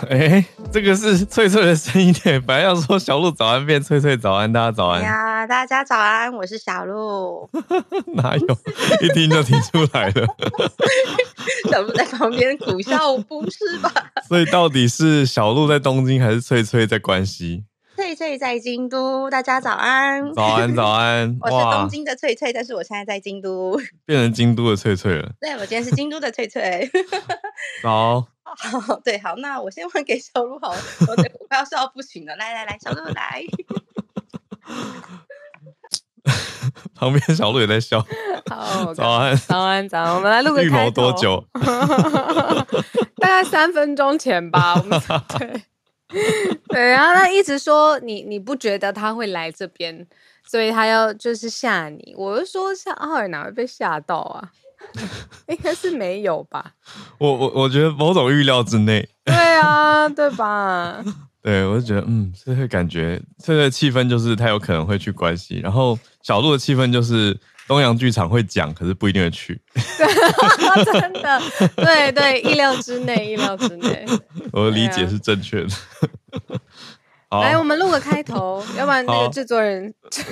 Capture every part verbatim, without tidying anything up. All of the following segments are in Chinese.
哎、欸，这个是脆脆的声音耶，本来要说小鹿早安变脆脆早安，大家早安。 哎呀，大家早安，我是小鹿。 哪有，一听就听出来了。 小鹿在旁边苦笑，不是吧？ 所以到底是小鹿在东京还是脆脆在关西？ 脆脆在京都，大家早安。 早安早安。 我是东京的脆脆，但是我现在在京都， 变成京都的脆脆了。 对，我今天是京都的脆脆。 早。 好，对，好，那我先问给小鹿好了，我我快要笑到不行了。来来来，小鹿来。 旁边小鹿也在笑。 好， 早安早安早安，我们来录个开头。 预谋多久？ 大概三分钟前吧。我们对对，然后他一直说你你不觉得他会来这边，所以他要就是吓你。我就说吓奥尔哪会被吓到啊？应该是没有吧。 我我我觉得某种预料之内。 对啊，对吧？ 对，我就觉得嗯，这会感觉这个气氛就是他有可能会去关西，然后小鹿的气氛就是东洋剧场会讲，可是不一定会去。 真的，对对，意料之内，意料之内。 我的理解是正确的。 啊、来，我们录个开头，要不然那个制作人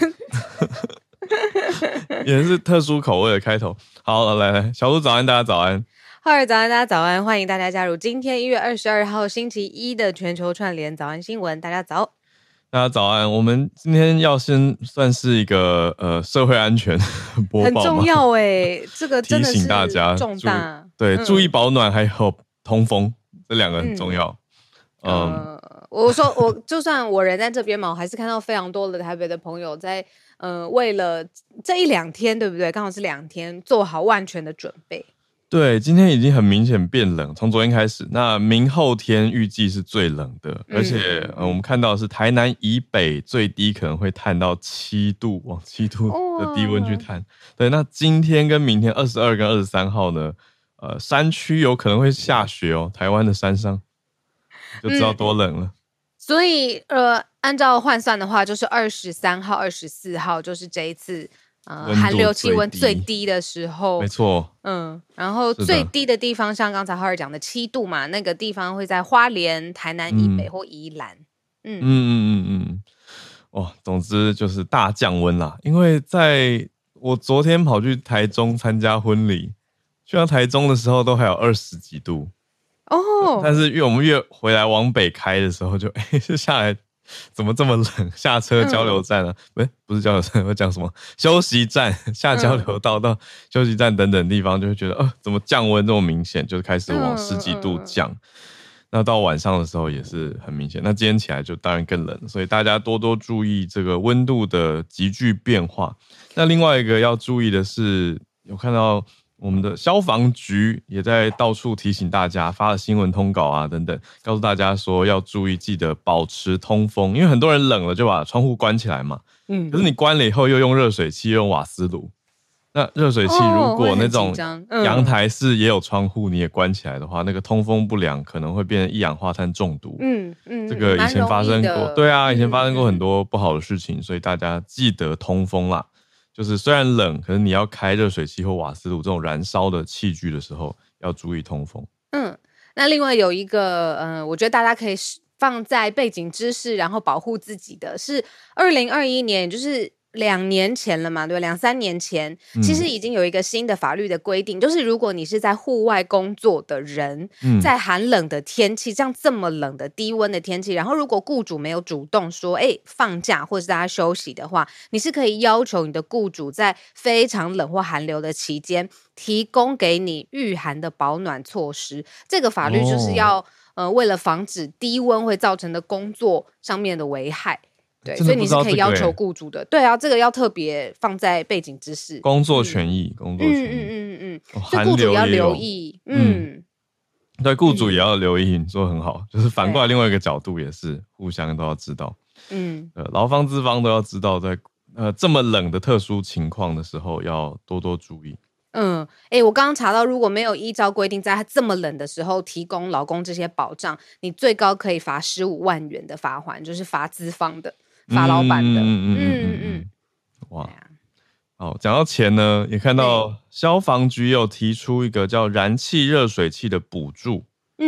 也是特殊口味的开头。好，来来，小鹿早安，大家早安。 浩尔早安，大家早安！欢迎大家加入今天一月二十二号星期一的全球串联早安新闻。大家早， 大家早安。我们今天要先算是一个呃社会安全播报， 很重要哎，这个真的是提醒大家重大， 对、 嗯， 注意保暖，还有通风，这两个很重要。 嗯，嗯呃、我说我就算我人在这边嘛，我还是看到非常多的台北的朋友在呃为了这一两天，对不对？刚好是两天，做好万全的准备。 对，今天已经很明显变冷，从昨天开始，那明后天预计是最冷的，而且、嗯呃、我们看到的是台南以北最低可能会探到七度，往七度的低温去探。对，那今天跟明天二十二跟二十三号呢，呃，山区有可能会下雪哦，台湾的山上就知道多冷了。嗯、 所以呃，按照换算的话，就是二十三号、二十四号，就是这一次。呃，寒流气温最低的时候， 没错， 嗯，然后最低的地方，像刚才浩尔讲的七度嘛，那个地方会在花莲、台南以北或宜兰， 嗯嗯嗯嗯嗯，哇，总之就是大降温啦。因为在我昨天跑去台中参加婚礼，去到台中的时候都还有二十几度哦，但是越我们越回来往北开的时候就，就哎，就下来。怎么这么冷？下车交流站啊，不、嗯、不是交流站，我讲什么？休息站下交流道到休息站等等地方，就会觉得，呃，怎么降温这么明显？就是开始往十几度降。嗯嗯、那到晚上的时候也是很明显。那今天起来就当然更冷，所以大家多多注意这个温度的急剧变化。那另外一个要注意的是，有看到。我们的消防局也在到处提醒大家，发了新闻通稿啊等等，告诉大家说要注意，记得保持通风，因为很多人冷了就把窗户关起来嘛。嗯，可是你关了以后又用热水器，又用瓦斯炉，那热水器如果那种阳台是也有窗户，你也关起来的话，那个通风不良可能会变成一氧化碳中毒。嗯嗯，这个以前发生过，对啊，以前发生过很多不好的事情，所以大家记得通风啦。就是虽然冷，可是你要开热水器或瓦斯炉这种燃烧的器具的时候，要注意通风。 嗯，那另外有一个，呃，我觉得大家可以放在背景知识，然后保护自己的是二零二一年，就是两年前了嘛，对，两三年前，其实已经有一个新的法律的规定，嗯、就是如果你是在户外工作的人，嗯、在寒冷的天气，像这么冷的低温的天气，然后如果雇主没有主动说，哎，放假或是大家休息的话，你是可以要求你的雇主在非常冷或寒流的期间，提供给你御寒的保暖措施。这个法律就是要，哦、呃，为了防止低温会造成的工作上面的危害。对，所以你是可以要求雇主的。对啊，这个要特别放在背景知识。 工作权益，嗯、工作权益， 嗯嗯嗯嗯，哦、所以雇主要留意。嗯， 嗯对，雇主也要留意。你说得很好，就是反过来另外一个角度也是互相都要知道。嗯，呃，劳方资方都要知道在，在呃这么冷的特殊情况的时候要多多注意。 嗯，哎、欸，我刚刚查到，如果没有依照规定在这么冷的时候提供劳工这些保障，你最高可以罚十五万元的罚款，就是罚资方的。罚老板的，嗯嗯嗯嗯， 哇，好，讲到钱呢，也看到消防局有提出一个叫燃气热水器的补助，嗯，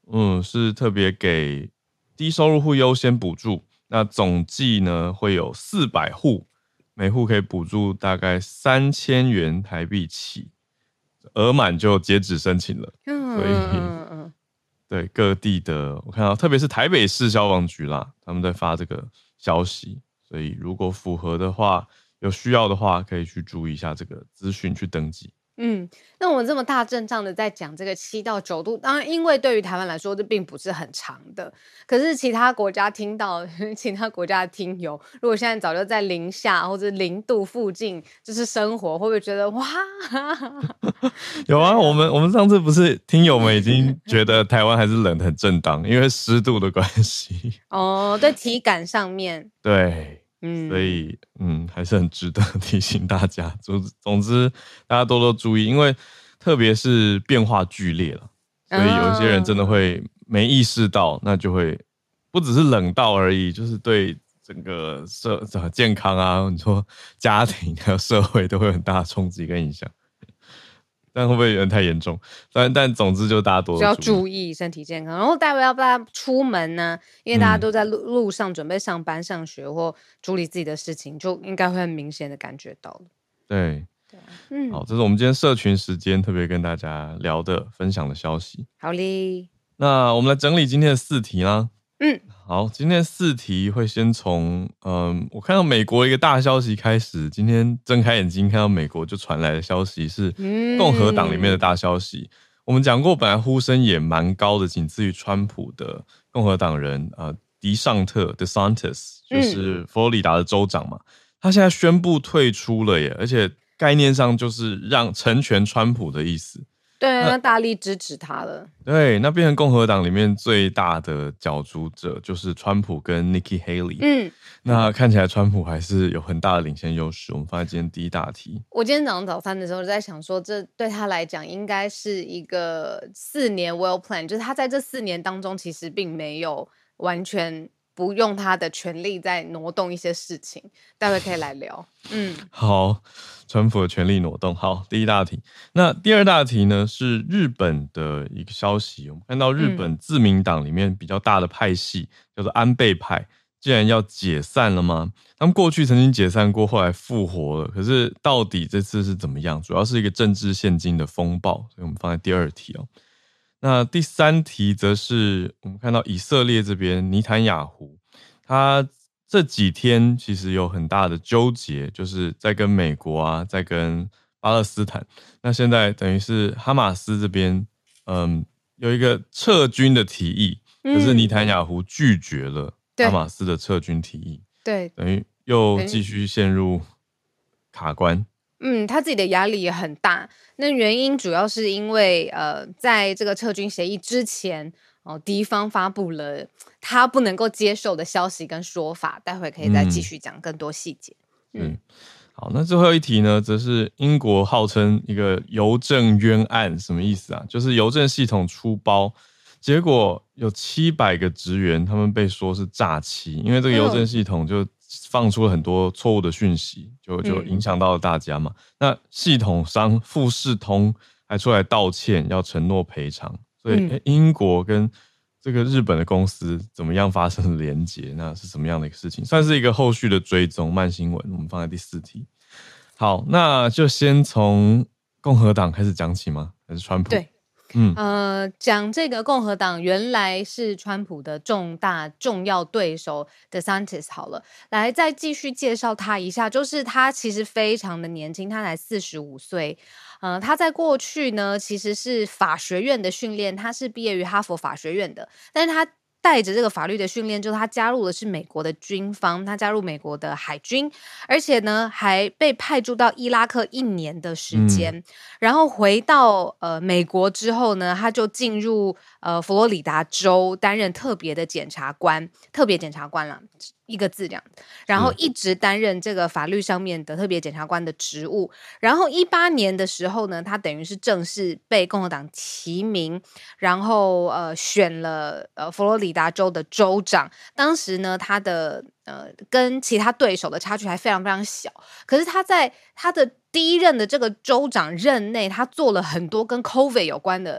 嗯，是特别给低收入户优先补助，那总计呢会有四百户，每户可以补助大概三千元台币起，额满就截止申请了。 嗯所以嗯嗯嗯， 对各地的，我看到特别是台北市消防局啦，他们在发这个消息，所以如果符合的话，有需要的话，可以去注意一下这个资讯，去登记。 嗯，那我们这么大阵仗的在讲这个七到九度，当然因为对于台湾来说这并不是很长的，可是其他国家听到其他国家的听友，如果现在早就在零下或者零度附近就是生活，会不会觉得哇？ 有啊，我们我们上次不是听友们已经觉得台湾还是冷得很正当，因为湿度的关系。 哦，对，体感上面， 对。 嗯， 所以，嗯，还是很值得提醒大家。总总之，大家多多注意，因为特别是变化剧烈了，所以有一些人真的会没意识到，那就会不只是冷到而已，就是对整个社健康啊，你说家庭还有社会都会有很大的冲击跟影响。但会不会有点太严重？但但总之就大家多多就要注注意身体健康。然后待会要不要出门呢？因为大家都在路路上准备上班、上学或处理自己的事情，就应该会很明显的感觉到了。 对， 对啊，嗯， 好，这是我们今天社群时间特别跟大家聊的分享的消息。 好嘞， 那我们来整理今天的四题啦。 嗯， 好，今天四题会先从嗯，我看到美国一个大消息开始。今天睁开眼睛看到美国就传来的消息是共和党里面的大消息。嗯、我们讲过，本来呼声也蛮高的，仅次于川普的共和党人呃迪尚特 DeSantis， 就是佛罗里达的州长嘛，嗯、他现在宣布退出了耶，而且概念上就是让成全川普的意思。 对，那大力支持他了。 对，那变成共和党里面最大的角逐者就是川普跟 Nikki Haley。嗯，那看起来川普还是有很大的领先优势。我们放在今天第一大题。 我今天早上早餐的时候在想说，这对他来讲应该是一个四年 well plan， 就是他在这四年当中其实并没有完全不用他的权力在挪动一些事情，待会可以来聊。嗯， 好，川普的权力挪动。好，第一大题。那第二大题呢是日本的一个消息，我们看到日本自民党里面比较大的派系、嗯、叫做安倍派，既然要解散了吗？他们过去曾经解散过，后来复活了，可是到底这次是怎么样？主要是一个政治现金的风暴，所以我们放在第二题哦。那第三题则是我们看到以色列这边尼坦雅胡，他这几天其实有很大的纠结，就是在跟美国啊，在跟巴勒斯坦。那现在等于是哈马斯这边，嗯，有一个撤军的提议，可是尼坦雅胡拒绝了哈马斯的撤军提议， 对， 等于又继续陷入卡关。 嗯，他自己的压力也很大。那原因主要是因为，呃，在这个撤军协议之前，哦，敌方发布了他不能够接受的消息跟说法，待会可以再继续讲更多细节。 嗯，嗯好，那最后一题呢，则是英国号称一个邮政冤案，什么意思啊？就是邮政系统出包，结果有七百个职员，他们被说是诈欺，因为这个邮政系统就放出了很多错误的讯息，就就影响到了大家嘛。嗯、那系统商富士通还出来道歉，要承诺赔偿。所以、嗯、英国跟这个日本的公司怎么样发生了连结？那是什么样的一个事情？算是一个后续的追踪慢新闻。我们放在第四题。好，那就先从共和党开始讲起吗？还是川普？ 对。嗯，呃，讲这个共和党原来是川普的重大重要对手 DeSantis 好了，来再继续介绍他一下，就是他其实非常的年轻，他才四十五岁，呃，他在过去呢其实是法学院的训练，他是毕业于哈佛法学院的，但是他带着这个法律的训练，就是他加入的是美国的军方，他加入美国的海军，而且呢还被派驻到伊拉克一年的时间，嗯、然后回到呃美国之后呢，他就进入呃佛罗里达州担任特别的检察官，特别检察官啦，一个字这样，然后一直担任这个法律上面的特别检察官的职务。然后一八年的时候呢，他等于是正式被共和党提名，然后呃选了呃佛罗里达州的州长。当时呢，他的呃跟其他对手的差距还非常非常小。可是他在他的第一任的这个州长任内，他做了很多跟 COVID 有关的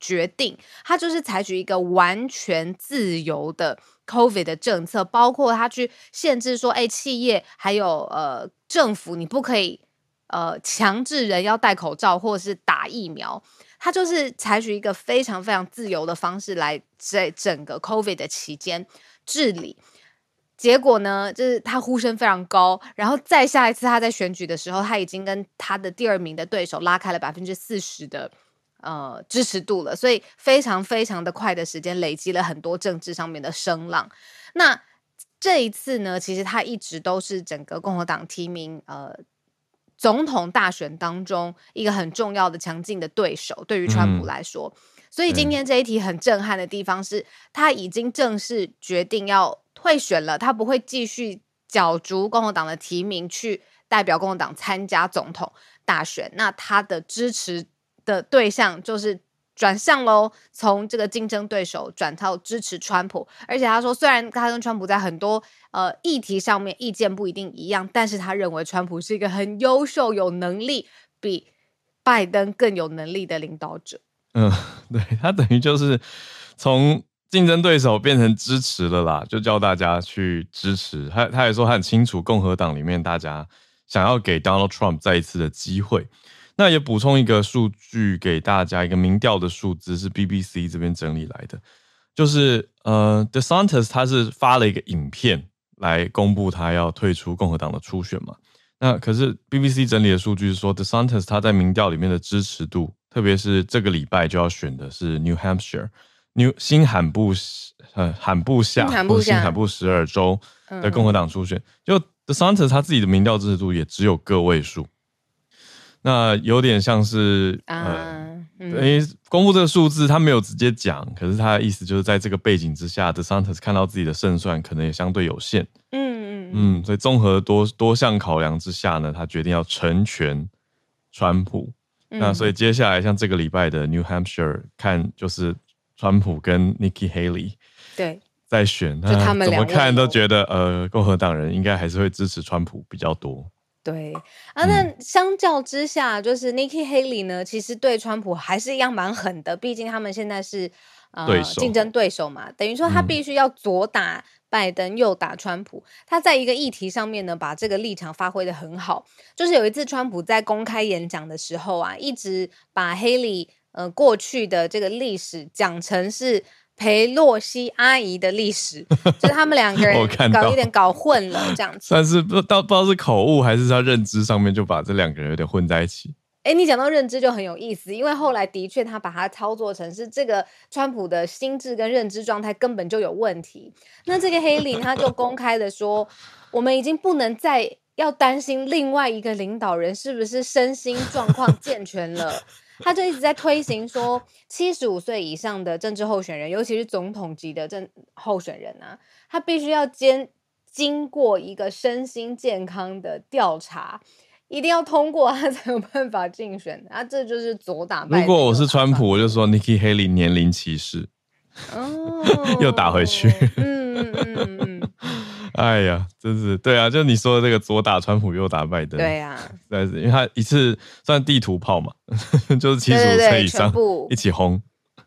决定，他就是采取一个完全自由的 COVID 的政策，包括他去限制说，哎，企业还有呃政府，你不可以呃强制人要戴口罩或者是打疫苗。他就是采取一个非常非常自由的方式来在整个 COVID 的期间治理。结果呢，就是他呼声非常高，然后再下一次他在选举的时候，他已经跟他的第二名的对手拉开了百分之四十的呃支持度了，所以非常非常的快的时间累积了很多政治上面的声浪。那这一次呢，其实他一直都是整个共和党提名呃。总统大选当中一个很重要的强劲的对手，对于川普来说、嗯、所以今天这一题很震撼的地方是他已经正式决定要退选了，他不会继续角逐共和党的提名去代表共和党参加总统大选，那他的支持的对象就是转向咯，从这个竞争对手转到支持川普。而且他说虽然他跟川普在很多呃议题上面意见不一定一样，但是他认为川普是一个很优秀有能力比拜登更有能力的领导者。 嗯，对，他等于就是从竞争对手变成支持了啦，就叫大家去支持他。他也说他很清楚共和党里面大家想要给 Donald Trump 再一次的机会。那也补充一个数据给大家，一个民调的数字是 B B C 这边整理来的，就是呃 DeSantis 他是发了一个影片来公布他要退出共和党的初选嘛。那可是 B B C 整理的数据是说 DeSantis 他在民调里面的支持度，特别是这个礼拜就要选的是 New Hampshire New 新罕布呃罕布夏或新罕布什尔州的共和党初选、嗯、就 DeSantis 他自己的民调支持度也只有个位数。那有点像是、uh, 呃，因为、嗯、公布这个数字他没有直接讲，可是他的意思就是在这个背景之下 DeSantis 看到自己的胜算可能也相对有限。嗯嗯嗯，所以综合多多项考量之下呢，他决定要成全川普、嗯、那所以接下来像这个礼拜的 New Hampshire 看就是川普跟 Nikki Haley 对在选， 就他们怎么看都觉得呃，共和党人应该还是会支持川普比较多。 对啊，那相较之下、嗯、就是 Nikki Haley 呢其实对川普还是一样蛮狠的，毕竟他们现在是呃竞争对手嘛，等于说他必须要左打拜登、嗯、右打川普。他在一个议题上面呢把这个立场发挥得很好，就是有一次川普在公开演讲的时候啊，一直把 Haley 呃过去的这个历史讲成是裴洛西阿姨的历史，就是他们两个人搞有点搞混了这样子。 但是不知道不知道是口误还是他认知上面就把这两个人有点混在一起。 哎，你讲到认知就很有意思，因为后来的确他把它操作成是这个川普的心智跟认知状态根本就有问题。那这个黑林他就公开的说，我们已经不能再要担心另外一个领导人是不是身心状况健全了。他就一直在推行说七十五岁以上的政治候选人，尤其是总统级的政候选人啊，他必须要经经过一个身心健康的调查，一定要通过他才有办法竞选啊，这就是左打败。 如果我是川普，我就说 Nikki Haley 年龄歧视。哦，又打回去。嗯嗯嗯嗯。哎呀，真是对啊，就你说的这个左打川普右打拜登。 对啊， 因为他一次算地图炮嘛，就是七十五岁以上一起轰。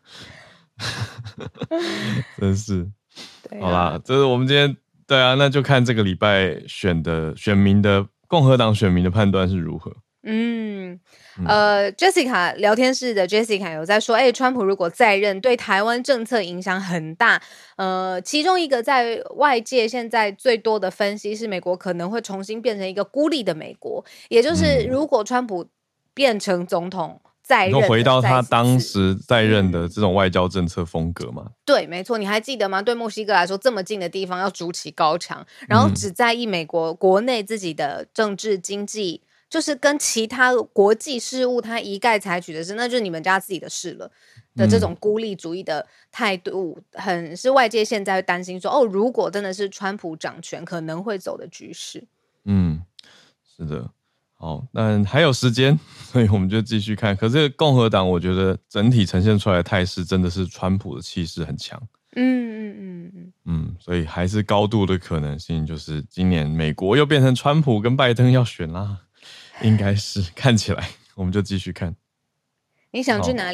真是。啊、好啦，这是我们今天对啊，那就看这个礼拜选的选民的共和党选民的判断是如何。嗯， 呃 ，Jessica 聊天室的 Jessica 有在说，哎、欸，川普如果再任，对台湾政策影响很大。呃，其中一个在外界现在最多的分析是，美国可能会重新变成一个孤立的美国，也就是如果川普变成总统再任， 回到他当时在任的这种外交政策风格嘛？ 对，没错，你还记得吗？对墨西哥来说，这么近的地方要筑起高墙，然后只在意美国国内自己的政治经济。就是跟其他国际事务他一概采取的是，那就是你们家自己的事了的这种孤立主义的态度，很是外界现在会担心说，哦，如果真的是川普掌权，可能会走的局势。 嗯，是的。好，那还有时间，所以我们就继续看。可是共和党，我觉得整体呈现出来的态势真的是川普的气势很强。嗯嗯嗯嗯嗯，所以还是高度的可能性，就是今年美国又变成川普跟拜登要选啦。应该是看起来，我们就继续看。 你想去哪里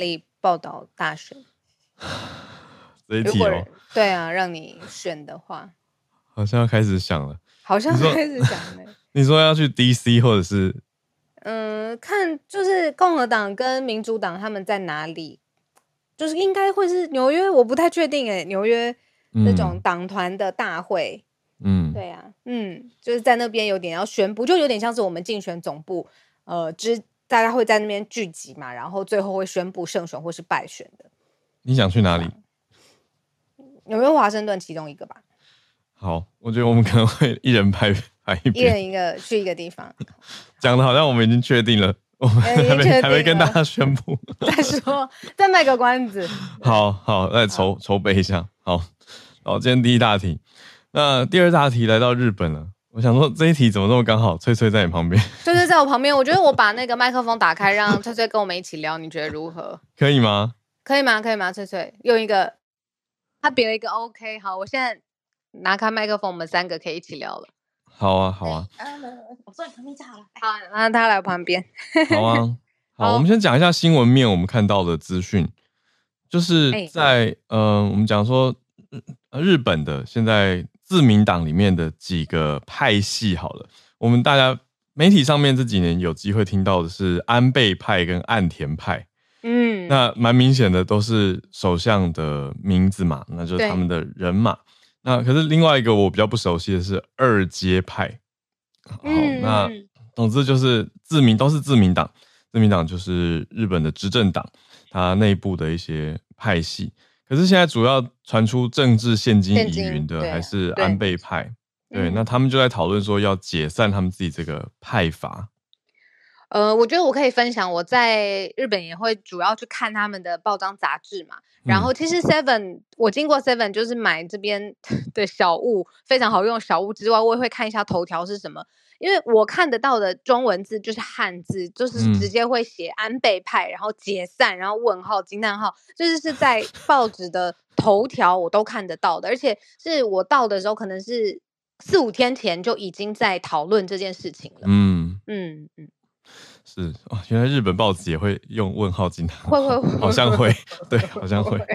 报道大选？ 这一题哦， 对啊，让你选的话， 好像要开始想了， 好像开始想了。 你说要去 D C 或者是？ 嗯，看就是共和党跟民主党他们在哪里，就是应该会是纽约，我不太确定哎，纽约那种党团的大会，嗯，对啊，嗯，就是在那边有点要宣布，就有点像是我们竞选总部，呃，之大家会在那边聚集嘛，然后最后会宣布胜选或是败选的。 你想去哪里？ 纽约、华盛顿其中一个吧。 好，我觉得我们可能会一人拍拍一边， 一人一个去一个地方。讲的好像我们已经确定了，我们还没还没跟大家宣布。 再说，再卖个关子。 好好，再筹筹备一下。好，好，今天第一大题，那第二大题来到日本了。我想说这一题怎么这么刚好？翠翠在你旁边， 翠翠在我旁边。我觉得我把那个麦克风打开，让翠翠跟我们一起聊，你觉得如何？ 可以吗？ 可以吗？可以吗？翠翠用一个，他比了一个 OK。好，我现在拿开麦克风，我们三个可以一起聊了。 好啊，好啊。 我坐你旁边就好了。 好，让他来我旁边。 好啊，好，我们先讲一下新闻面我们看到的资讯，就是在、欸、呃，我们讲说日本的现在自民党里面的几个派系好了，我们大家媒体上面这几年有机会听到的是安倍派跟岸田派，嗯，那蛮明显的都是首相的名字嘛，那就是他们的人马。那可是另外一个我比较不熟悉的是二阶派，好，嗯、那总之就是自民都是自民党，自民党就是日本的执政党，它内部的一些派系。可是现在主要传出政治现金疑云的还是安倍派，对，对、嗯，那他们就在讨论说要解散他们自己这个派阀。 呃，我觉得我可以分享，我在日本也会主要去看他们的报章杂志嘛。然后其实 Seven，、嗯、我经过 Seven 就是买这边的小物，非常好用小物之外，我也会看一下头条是什么，因为我看得到的中文字就是汉字，就是直接会写安倍派，然后解散，然后问号惊叹号，就是是在报纸的头条我都看得到的，而且是我到的时候可能是四五天前就已经在讨论这件事情了。嗯嗯嗯。 是哦，原来日本报纸也会用问号惊叹号， 会会会， 好像会，对，好像会。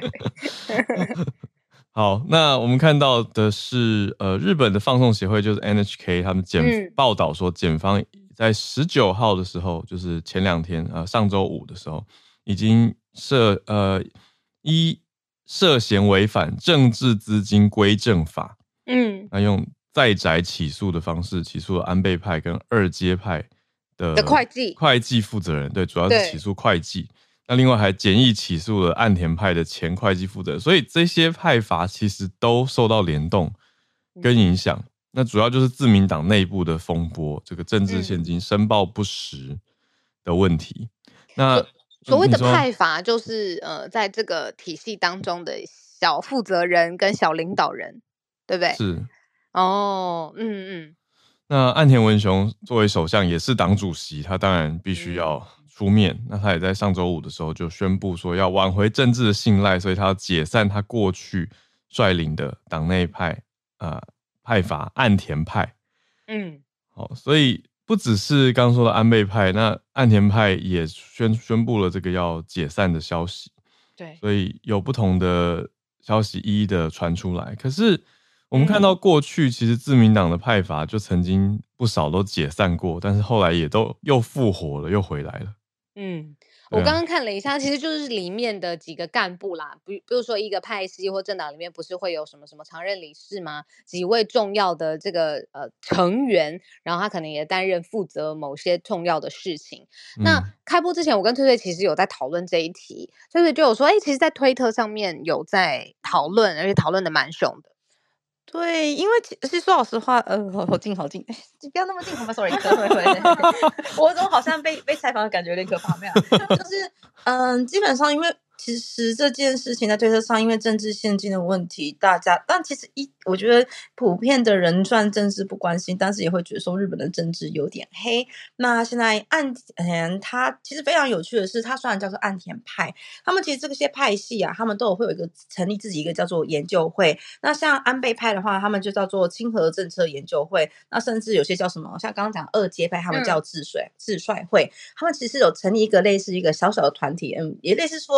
好，那我们看到的是，呃，日本的放送协会就是 N H K， 他们检、嗯、报道说，检方在十九号的时候，就是前两天，呃，上周五的时候，已经涉呃依涉嫌违反政治资金规正法，嗯，那用在宅起诉的方式起诉了安倍派跟二阶派。的会计会计负责人，对，主要是起诉会计。那另外还简易起诉了岸田派的前会计负责人，所以这些派阀其实都受到联动跟影响。嗯、那主要就是自民党内部的风波，这个政治现金申报不实的问题。嗯、那所谓的派阀就是呃，在这个体系当中的小负责人跟小领导人，对不对？ 是。 哦，嗯嗯。 那岸田文雄作为首相也是党主席，他当然必须要出面。那他也在上周五的时候就宣布说要挽回政治的信赖，所以他要解散他过去率领的党内派呃派阀岸田派。嗯，好，所以不只是刚刚说的安倍派，那岸田派也宣宣布了这个要解散的消息。 对， 所以有不同的消息一一的传出来，可是。我们看到过去其实自民党的派阀就曾经不少都解散过，但是后来也都又复活了，又回来了。 嗯，我刚刚看了一下，其实就是里面的几个干部啦，比比如说一个派系或政党里面不是会有什么什么常任理事吗？几位重要的这个呃成员，然后他可能也担任负责某些重要的事情。嗯、那开播之前，我跟翠翠其实有在讨论这一题，翠翠就有说，哎、欸，其实，在推特上面有在讨论，而且讨论的蛮凶的。 对，因为其实说老实话，呃，好好近好近，不要那么近，好吗 ？Sorry， 我怎么好像被被采访的感觉有点可怕？没有，就是嗯，基本上因为其实这件事情在推特上，因为政治现金的问题，大家但其实一我觉得普遍的人算政治不关心，但是也会觉得说日本的政治有点黑。那现在岸田他其实非常有趣的是，他虽然叫做岸田派，他们其实这些派系啊，他们都有会有一个成立自己一个叫做研究会。那像安倍派的话，他们就叫做亲和政策研究会。那甚至有些叫什么，像刚刚讲二阶派，他们叫自帅、嗯、自帅会。他们其实有成立一个类似一个小小的团体，嗯，也类似说什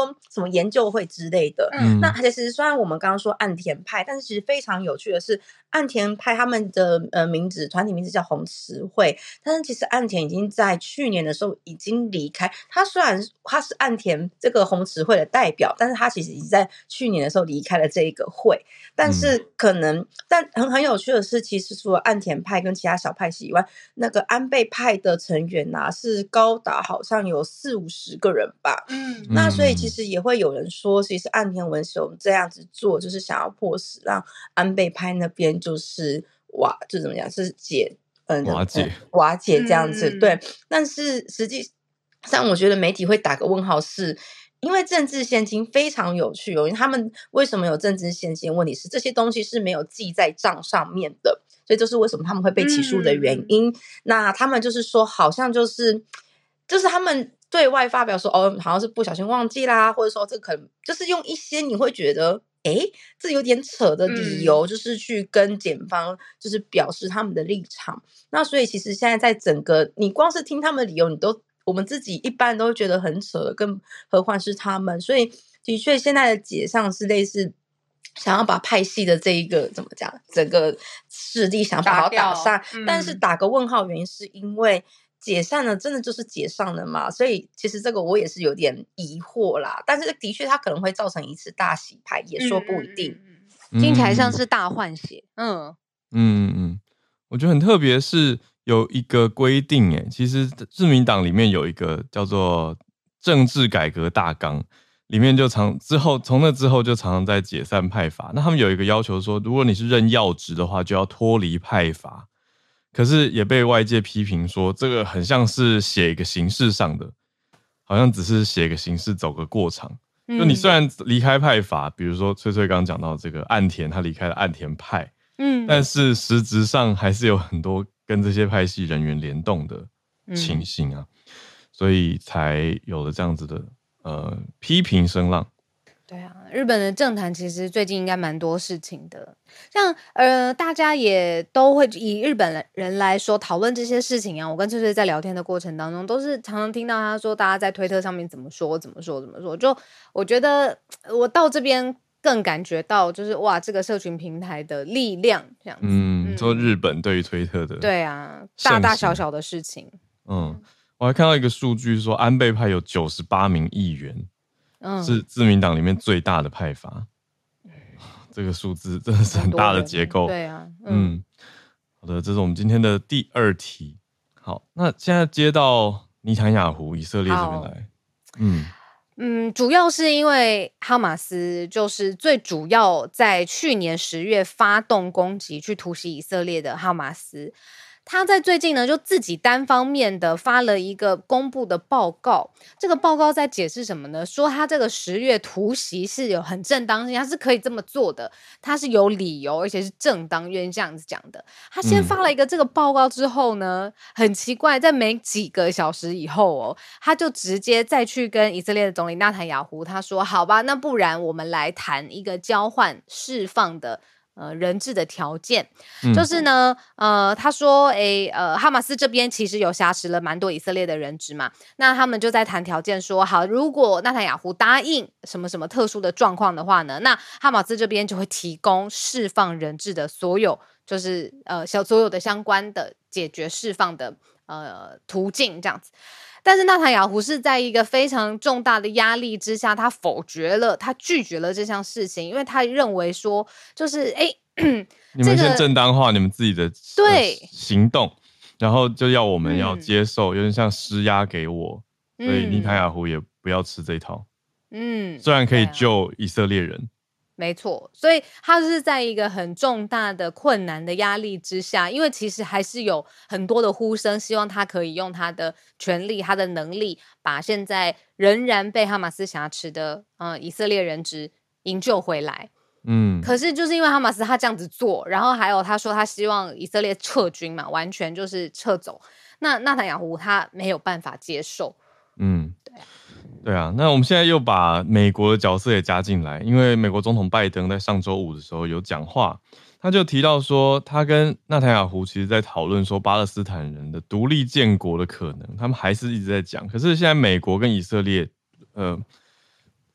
么研究会之类的。 嗯那其实虽然我们刚刚说岸田派，但是其实非常有趣的是，岸田派他们的呃名字团体名字叫红池会，但是其实岸田已经在去年的时候已经离开。他虽然他是岸田这个红池会的代表，但是他其实已经在去年的时候离开了这一个会。但是可能，嗯、但很很有趣的是，其实除了岸田派跟其他小派系以外，那个安倍派的成员啊是高达好像有四五十个人吧。 嗯， 那所以其实也会有人说，其实岸田文雄这样子做，就是想要迫使让安倍派那边就是瓦，就怎么讲，是解，嗯， 瓦解、 嗯、瓦解这样子。 嗯、 对，但是实际上我觉得媒体会打个问号是。因为政治现金非常有趣哦，因为他们为什么有政治现金？问题是这些东西是没有记在账上面的，所以这是为什么他们会被起诉的原因。嗯、那他们就是说，好像就是就是他们对外发表说，哦，好像是不小心忘记啦，或者说这可能就是用一些你会觉得，诶，这有点扯的理由，嗯、就是去跟检方就是表示他们的立场。那所以其实现在在整个，你光是听他们的理由，你都。我们自己一般都觉得很扯的，更何况是他们。所以的确现在的解上是类似想要把派系的这一个怎么讲，整个势力想好好打散，嗯、但是打个问号，原因是因为解散了真的就是解散了嘛？所以其实这个我也是有点疑惑啦。但是的确它可能会造成一次大洗牌，也说不一定。 嗯、听起来像是大换血。嗯嗯嗯，我觉得很特别是。有一个规定，诶，其实自民党里面有一个叫做政治改革大纲，里面就常之后从那之后就常常在解散派阀。那他们有一个要求说，如果你是任要职的话，就要脱离派阀。可是也被外界批评说，这个很像是写一个形式上的，好像只是写个形式走个过场。嗯、就你虽然离开派阀，比如说翠翠刚刚讲到这个岸田，他离开了岸田派，嗯，但是实质上还是有很多。跟这些派系人员联动的情形啊，嗯、所以才有了这样子的呃批评声浪。 对啊，日本的政坛其实最近应该蛮多事情的，像呃大家也都会以日本人来说讨论这些事情啊。我跟翠翠在聊天的过程当中，都是常常听到他说大家在推特上面怎么说怎么说怎么说。就我觉得我到这边。更感觉到就是哇，这个社群平台的力量这样子。 嗯，说日本对于推特的对啊，大大小小的事情。 嗯，我还看到一个数据说，安倍派有九十八名议员，嗯，是自民党里面最大的派阀。嗯、这个数字真的是很大的结构。 对啊， 嗯，嗯，好的，这是我们今天的第二题。好，那现在接到尼坦雅胡以色列这边来，嗯。 嗯，主要是因为哈马斯就是最主要在去年十月发动攻击去突袭以色列的哈马斯，他在最近呢就自己单方面的发了一个公布的报告。这个报告在解释什么呢？说他这个十月突袭是有很正当性，他是可以这么做的，他是有理由而且是正当，愿意这样子讲的。他先发了一个这个报告之后呢，嗯、很奇怪，在没几个小时以后哦，他就直接再去跟以色列的总理纳坦雅胡他说，好吧，那不然我们来谈一个交换释放的呃，人质的条件，嗯、就是呢，呃，他说，诶，呃，哈马斯这边其实有挟持了蛮多以色列的人质嘛，那他们就在谈条件说，好，如果纳坦雅胡答应什么什么特殊的状况的话呢，那哈马斯这边就会提供释放人质的所有，就是呃，小所有的相关的解决释放的呃途径这样子。但是纳坦雅胡是在一个非常重大的压力之下，他否决了，他拒绝了这项事情，因为他认为说，就是哎， 你们先正当化你们自己的对、呃、 行动，然后就要我们要接受，嗯、有点像施压给我，所以尼坦雅胡也不要吃这一套。嗯，虽然可以救以色列人。 没错，所以他是在一个很重大的困难的压力之下，因为其实还是有很多的呼声，希望他可以用他的权力、他的能力，把现在仍然被哈马斯挟持的呃以色列人质营救回来。嗯，可是就是因为哈马斯他这样子做，然后还有他说他希望以色列撤军嘛，完全就是撤走，那纳坦雅胡他没有办法接受。嗯，对啊。 对啊，那我们现在又把美国的角色也加进来，因为美国总统拜登在上周五的时候有讲话，他就提到说，他跟纳坦雅胡其实在讨论说巴勒斯坦人的独立建国的可能，他们还是一直在讲。可是现在美国跟以色列，呃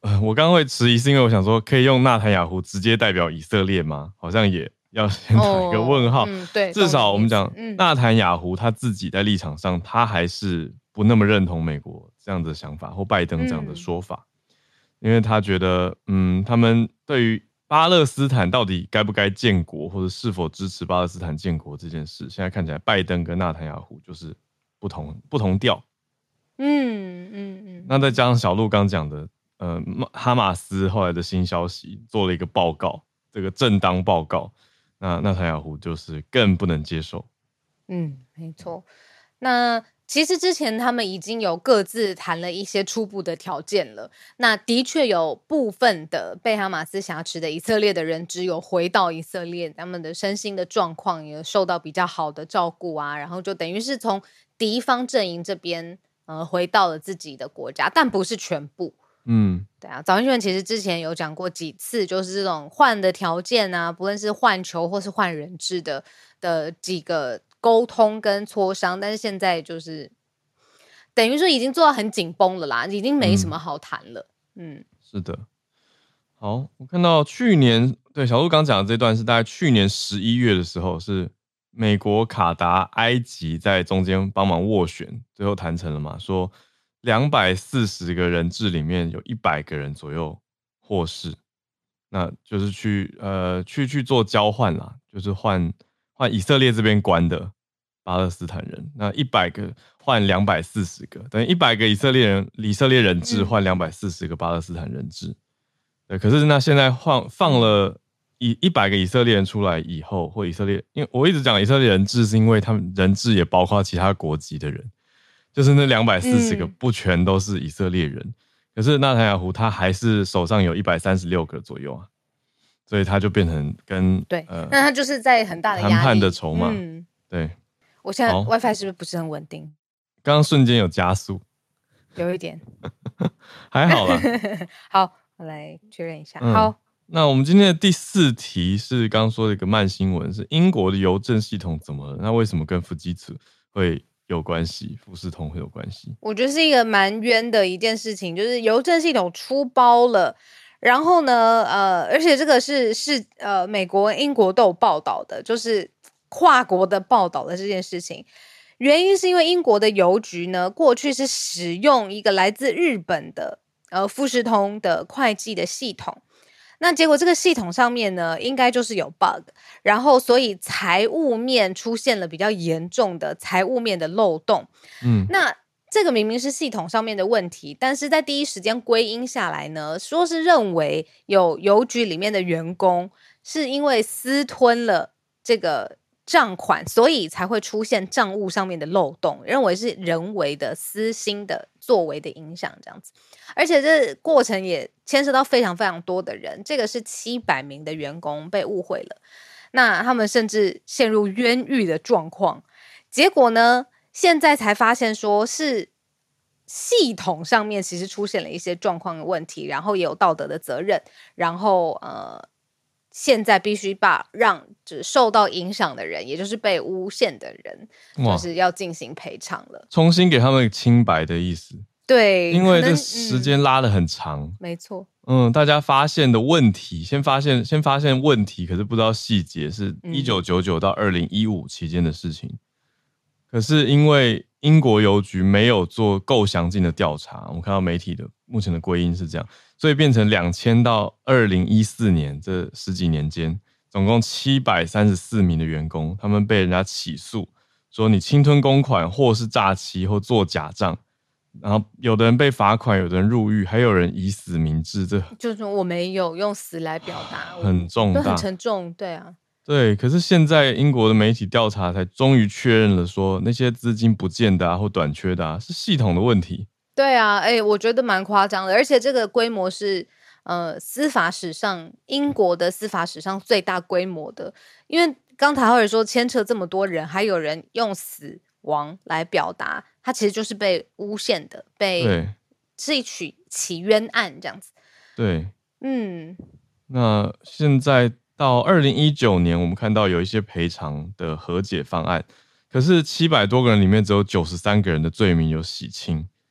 呃，我刚刚会迟疑是因为我想说，可以用纳坦雅胡直接代表以色列吗？好像也要先打一个问号。 哦嗯、对， 至少我们讲、 嗯、 纳坦雅胡他自己在立场上，他还是不那么认同美国这样的想法或拜登这样的说法，嗯、因为他觉得，嗯，他们对于巴勒斯坦到底该不该建国，或者是否支持巴勒斯坦建国这件事，现在看起来拜登跟纳坦雅胡就是不同不同调。 嗯嗯嗯。 那再加上小鹿刚讲的。呃，哈马斯后来的新消息做了一个报告，这个正当报告，那纳坦雅胡就是更不能接受。 嗯，没错。那其实之前他们已经有各自谈了一些初步的条件了。那的确有部分的被哈马斯挟持的以色列的人只有回到以色列，他们的身心的状况也受到比较好的照顾啊，然后就等于是从敌方阵营这边呃回到了自己的国家，但不是全部。嗯，对啊，早安新闻其实之前有讲过几次，就是这种换的条件啊，不论是换球或是换人质的的几个沟通跟磋商，但是现在就是等于说已经做到很紧绷了啦，已经没什么好谈了。嗯，嗯是的。好，我看到去年对小鹿刚讲的这段是大概去年十一月的时候，是美国、卡达、埃及在中间帮忙斡旋，最后谈成了嘛，说。两百四十个人质里面有一百个人左右获释，那就是去呃去去做交换啦，就是换换以色列这边关的巴勒斯坦人，那一百个换两百四十个，等于一百个以色列人以色列人质换两百四十个巴勒斯坦人质。对，可是那现在换放了一一百个以色列人出来以后，或以色列，因为我一直讲以色列人质，是因为他们人质也包括其他国籍的人。就是那两百四十个不全都是以色列人，嗯、可是纳坦雅胡他还是手上有一百三十六个左右啊，所以他就变成跟对，呃、那他就是在很大的压力谈判的筹码。嗯，对。 我现在 WiFi 是不是不是很稳定？ 刚刚瞬间有加速， 有一点， 还好啦。 好，我来确认一下。嗯、好， 那我们今天的第四题是刚刚说的一个慢新闻，是英国的邮政系统怎么了？那为什么跟富基茨会？有关系，富士通会有关系。 我觉得是一个蛮冤的一件事情，就是邮政系统出包了，然后呢，呃，而且这个是是呃美国、英国都有报道的，就是跨国的报道的这件事情。原因是因为英国的邮局呢，过去是使用一个来自日本的呃富士通的会计的系统。那结果这个系统上面呢，应该就是有 bug， 然后所以财务面出现了比较严重的财务面的漏洞。嗯，那这个明明是系统上面的问题，但是在第一时间归因下来呢，说是认为有邮局里面的员工是因为私吞了这个账款，所以才会出现账务上面的漏洞，认为是人为的私心的作为的影响这样子。而且这过程也牵涉到非常非常多的人，这个是七百名的员工被误会了，那他们甚至陷入冤狱的状况。结果呢，现在才发现说是系统上面其实出现了一些状况的问题，然后也有道德的责任，然后呃，现在必须把让只受到影响的人，也就是被诬陷的人，就是要进行赔偿了， 重新给他们清白的意思。 对， 因为这时间拉得很长， 嗯、没错。 嗯，大家发现的问题，先发现先发现问题，可是不知道细节，是一九九九到二零一五期间的事情。嗯、可是因为英国邮局没有做够详尽的调查，我们看到媒体的目前的归因是这样，所以变成两千到二零一四年这十几年间，总共七百三十四名的员工，他们被人家起诉，说你侵吞公款，或是诈欺，或做假账。然后有的人被罚款，有的人入狱，还有人以死明志，这就是我没有用死来表达， 很重大， 很沉重，对啊， 对。可是现在英国的媒体调查才终于确认了说，那些资金不见的啊，或短缺的啊，是系统的问题。 对啊，哎、欸，我觉得蛮夸张的，而且这个规模是呃司法史上英国的司法史上最大规模的，因为刚才浩尔说牵扯这么多人，还有人用死亡来表达。他其实就是被诬陷的，被是一起起冤案这样子。 对，嗯，那现在到二零一九年，我们看到有一些赔偿的和解方案，可是七百多个人里面只有九十三个人的罪名有洗清，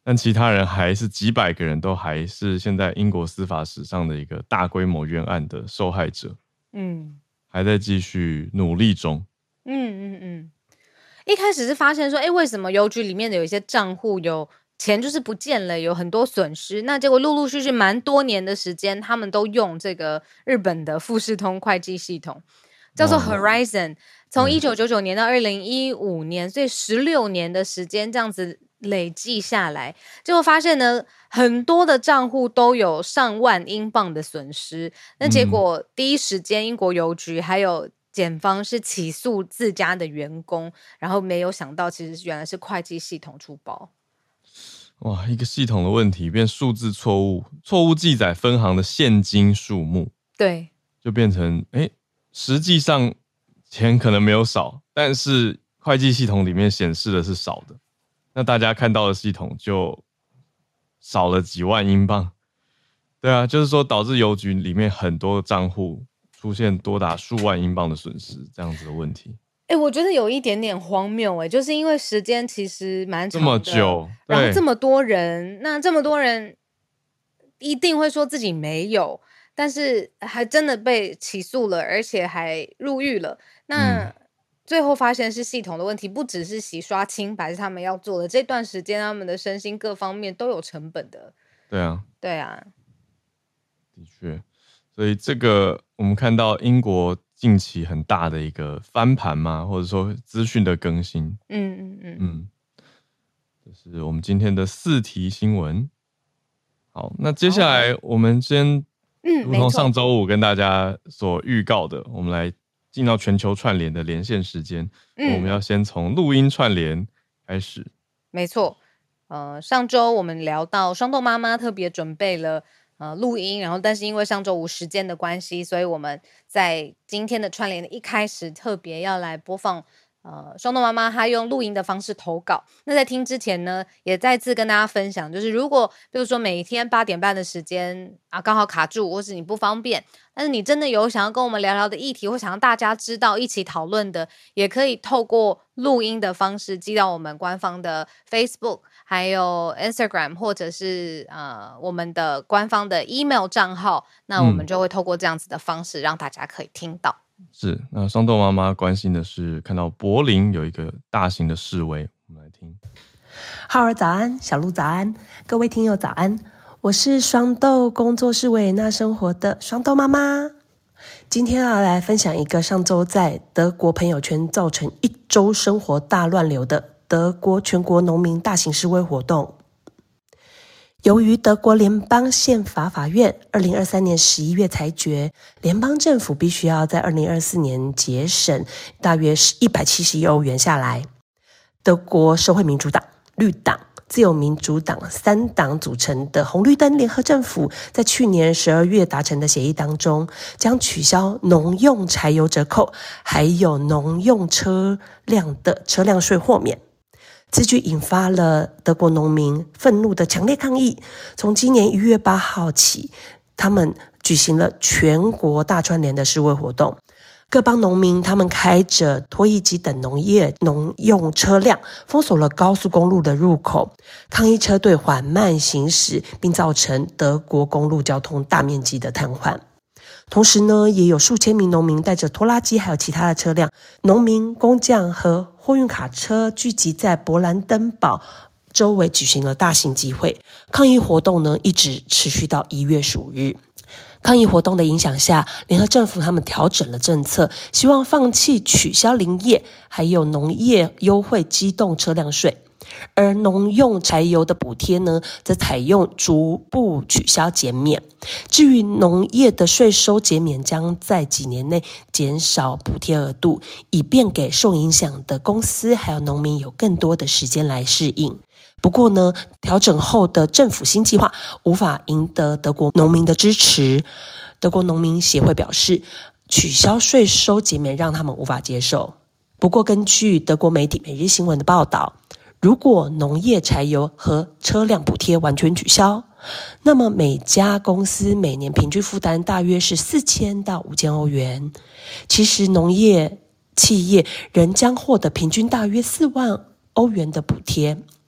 但其他人还是几百个人都还是现在英国司法史上的一个大规模冤案的受害者，嗯，还在继续努力中。 嗯嗯嗯，一开始是发现说，哎，为什么邮局里面的有一些账户有钱就是不见了，有很多损失。那结果陆陆续续蛮多年的时间，他们都用这个日本的富士通会计系统，叫做 Horizon， 从一九九九年到二零一五年，所以十六年的时间这样子累计下来，结果发现呢，很多的账户都有上万英镑的损失。那结果第一时间，英国邮局还有检方是起诉自家的员工，然后没有想到，其实原来是会计系统出包。 哇，一个系统的问题变数字错误，错误记载分行的现金数目， 对， 就变成哎，实际上钱可能没有少，但是会计系统里面显示的是少的，那大家看到的系统就少了几万英镑。对啊，就是说导致邮局里面很多账户出现多达数万英镑的损失，这样子的问题。 哎、欸，我觉得有一点点荒谬哎、欸，就是因为时间其实蛮长的， 这么久， 然后这么多人，那这么多人一定会说自己没有，但是还真的被起诉了，而且还入狱了。那、嗯、最后发现是系统的问题，不只是洗刷清白是他们要做的，这段时间他们的身心各方面都有成本的。 对啊， 对啊， 的确，所以这个我们看到英国近期很大的一个翻盘嘛，或者说资讯的更新。嗯嗯嗯嗯，这是我们今天的四题新闻。好，那接下来我们先，嗯，如同上周五跟大家所预告的，我们来进到全球串联的连线时间。嗯，我们要先从录音串联开始。 没错，呃，上周我们聊到双豆妈妈特别准备了。呃，录音，然后但是因为上周五时间的关系，所以我们在今天的串联的一开始特别要来播放呃双豆妈妈她用录音的方式投稿。那在听之前呢，也再次跟大家分享，就是如果比如说每天八点半的时间啊刚好卡住，或是你不方便，但是你真的有想要跟我们聊聊的议题，或想让大家知道一起讨论的，也可以透过录音的方式寄到我们官方的 Facebook。还有 Instagram 或者是呃我们的官方的 email 账号，那我们就会透过这样子的方式让大家可以听到。 嗯、是，那双豆妈妈关心的是看到柏林有一个大型的示威，我们来听。 浩儿早安，小鹿早安，各位听友早安，我是双豆工作室维也纳生活的双豆妈妈。今天要来分享一个上周在德国朋友圈造成一周生活大乱流的德国全国农民大型示威活动。由于德国联邦宪法法院二零二三年十一月裁决，联邦政府必须要在二零二四年节省大约一百七十亿欧元下来。德国社会民主党、绿党、自由民主党三党组成的红绿灯联合政府在去年十二月达成的协议当中，将取消农用柴油折扣，还有农用车辆的车辆税豁免。此举引发了德国农民愤怒的强烈抗议。从今年一月八号起，他们举行了全国大串联的示威活动。各邦农民他们开着拖曳机等农业农用车辆，封锁了高速公路的入口，抗议车队缓慢行驶，并造成德国公路交通大面积的瘫痪。同时呢，也有数千名农民带着拖拉机还有其他的车辆，农民、工匠和货运卡车聚集在勃兰登堡周围举行了大型集会。抗议活动呢，一直持续到一月十五日。抗议活动的影响下，联合政府他们调整了政策，希望放弃取消林业还有农业优惠机动车辆税。而农用柴油的补贴呢，则采用逐步取消减免。至于农业的税收减免，将在几年内减少补贴额度，以便给受影响的公司还有农民有更多的时间来适应。不过呢，调整后的政府新计划无法赢得德国农民的支持。德国农民协会表示，取消税收减免让他们无法接受。不过，根据德国媒体《每日新闻》的报道，如果农业柴油和车辆补贴完全取消，那么每家公司每年平均负担大约是四千到五千欧元。其实农业企业仍将获得平均大约四万欧元的补贴。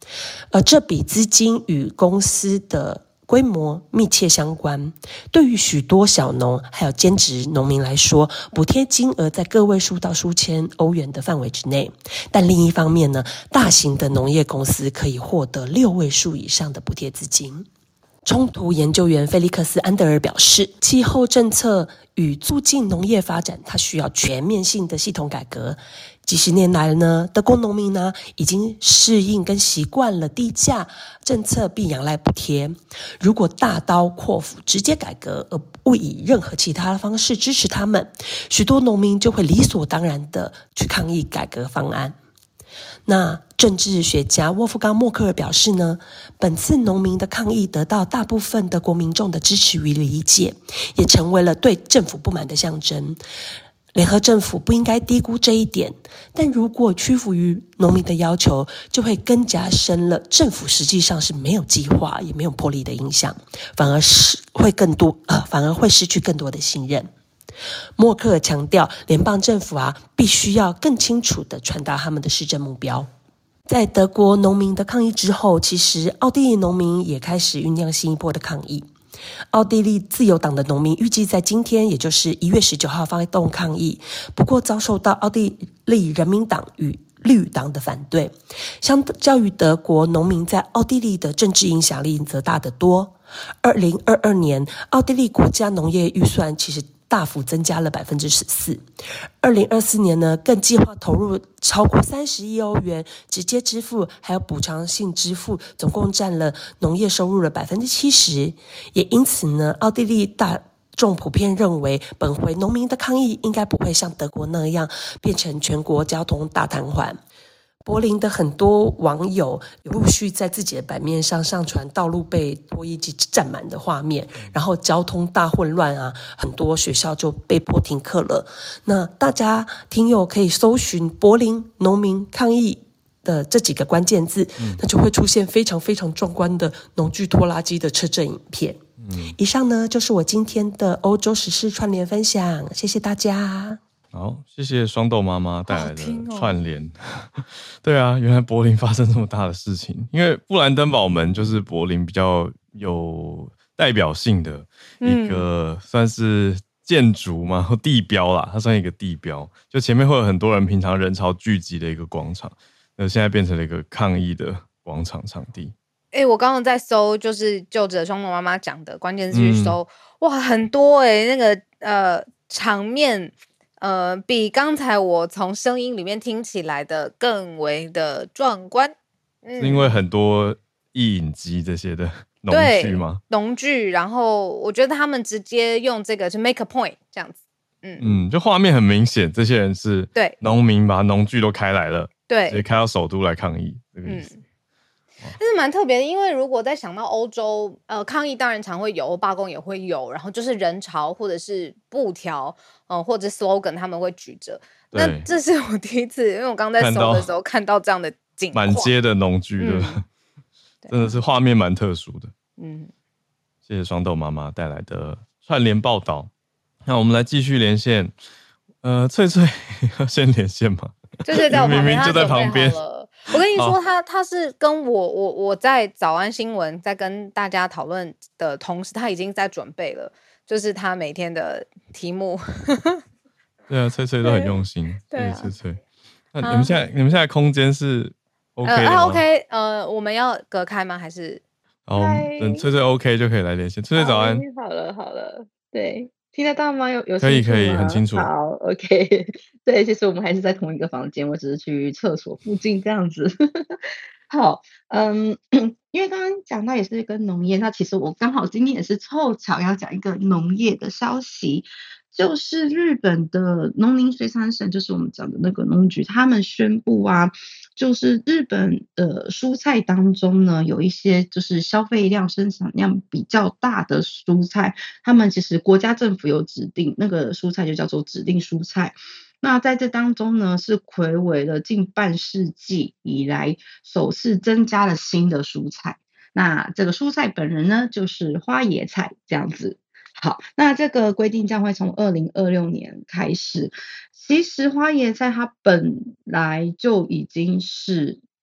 而这笔资金与公司的规模密切相关，对于许多小农还有兼职农民来说，补贴金额在个位数到数千欧元的范围之内。但另一方面呢，大型的农业公司可以获得六位数以上的补贴资金。冲突研究员菲利克斯·安德尔表示，气候政策与促进农业发展，它需要全面性的系统改革。几十年来呢，德国农民呢已经适应跟习惯了低价政策并仰赖补贴。如果大刀阔斧直接改革，而不以任何其他方式支持他们，许多农民就会理所当然的去抗议改革方案。那政治学家沃夫冈·默克尔表示呢，本次农民的抗议得到大部分德国民众的支持与理解，也成为了对政府不满的象征。联合政府不应该低估这一点，但如果屈服于农民的要求，就会更加深了政府实际上是没有计划也没有魄力的影响，反而是会更多呃，反而会失去更多的信任。默克尔强调，联邦政府啊，必须要更清楚地传达他们的施政目标。在德国农民的抗议之后，其实奥地利农民也开始酝酿新一波的抗议。奥地利自由党的农民预计在今天，也就是一月十九号发动抗议，不过遭受到奥地利人民党与绿党的反对。相较于德国，农民在奥地利的政治影响力则大得多。二零二二年，奥地利国家农业预算其实大幅增加了 百分之十四。二零二四年呢，更计划投入超过三十亿欧元，直接支付还有补偿性支付，总共占了农业收入的 百分之七十。也因此呢，奥地利大众普遍认为，本回农民的抗议应该不会像德国那样变成全国交通大瘫痪。柏林的很多网友陆续在自己的版面上上传道路被拖衣机占满的画面，然后交通大混乱啊，很多学校就被迫停课了。那大家听友可以搜寻柏林农民抗议的这几个关键字，嗯、那就会出现非常非常壮观的农具拖拉机的车阵影片。嗯、以上呢就是我今天的欧洲时事串联分享，谢谢大家。 好，谢谢双豆妈妈带来的串联。哦、对啊，原来柏林发生这么大的事情，因为布兰登堡门就是柏林比较有代表性的一个算是建筑嘛，或地标啦，它算一个地标，就前面会有很多人平常人潮聚集的一个广场，那现在变成了一个抗议的广场场地。 哎、欸，我刚刚在搜，就是就着双豆妈妈讲的关键字去搜，嗯、哇，很多哎、欸，那个呃场面。呃，比刚才我从声音里面听起来的更为的壮观， 嗯、是因为很多意影机这些的农具吗？ 农具，然后我觉得他们直接用这个to make a point 这样子，嗯嗯，就画面很明显，这些人是对农民把农具都开来了， 对， 直接开到首都来抗议，这个意思。嗯但是蛮特别的，因为如果在想到欧洲，呃，抗议当然常会有，罢工也会有，然后就是人潮或者是布条，呃，或者 slogan 他们会举着。那这是我第一次，因为我刚在搜的时候看到这样的景况， 满街的农具的，嗯、真的是画面蛮特殊的。嗯，谢谢双豆妈妈带来的串联报道。那我们来继续连线，呃，翠翠要先连线吗？ 翠翠在我旁边， 明明就在旁边。 我跟你说，他他是跟我我我在早安新闻在跟大家讨论的同时，他已经在准备了，就是他每天的题目。 对啊，翠翠都很用心，对，谢谢翠翠。那你们现在、啊、你们现在空间是 OK 的吗？ 呃、OK， 呃，我们要隔开吗？还是？ 好，等翠翠 OK 就可以来连线。翠翠早安。 好了好了，对。听得到吗？有有可以可以很清楚。 好 ，OK， 对，其实我们还是在同一个房间，我只是去厕所附近这样子。好，嗯，因为刚刚讲到也是跟农业，那其实我刚好今天也是凑巧要讲一个农业的消息，就是日本的农林水产省，就是我们讲的那个农局，他们宣布啊，就是日本的蔬菜当中呢，有一些就是消费量、生产量比较大的蔬菜，他们其实国家政府有指定那个蔬菜就叫做指定蔬菜。那在这当中呢，是睽违了近半世纪以来首次增加了新的蔬菜。那这个蔬菜本人呢，就是花椰菜这样子。好，那这个规定将会从二零二六年开始。其实花椰菜它本来就已经是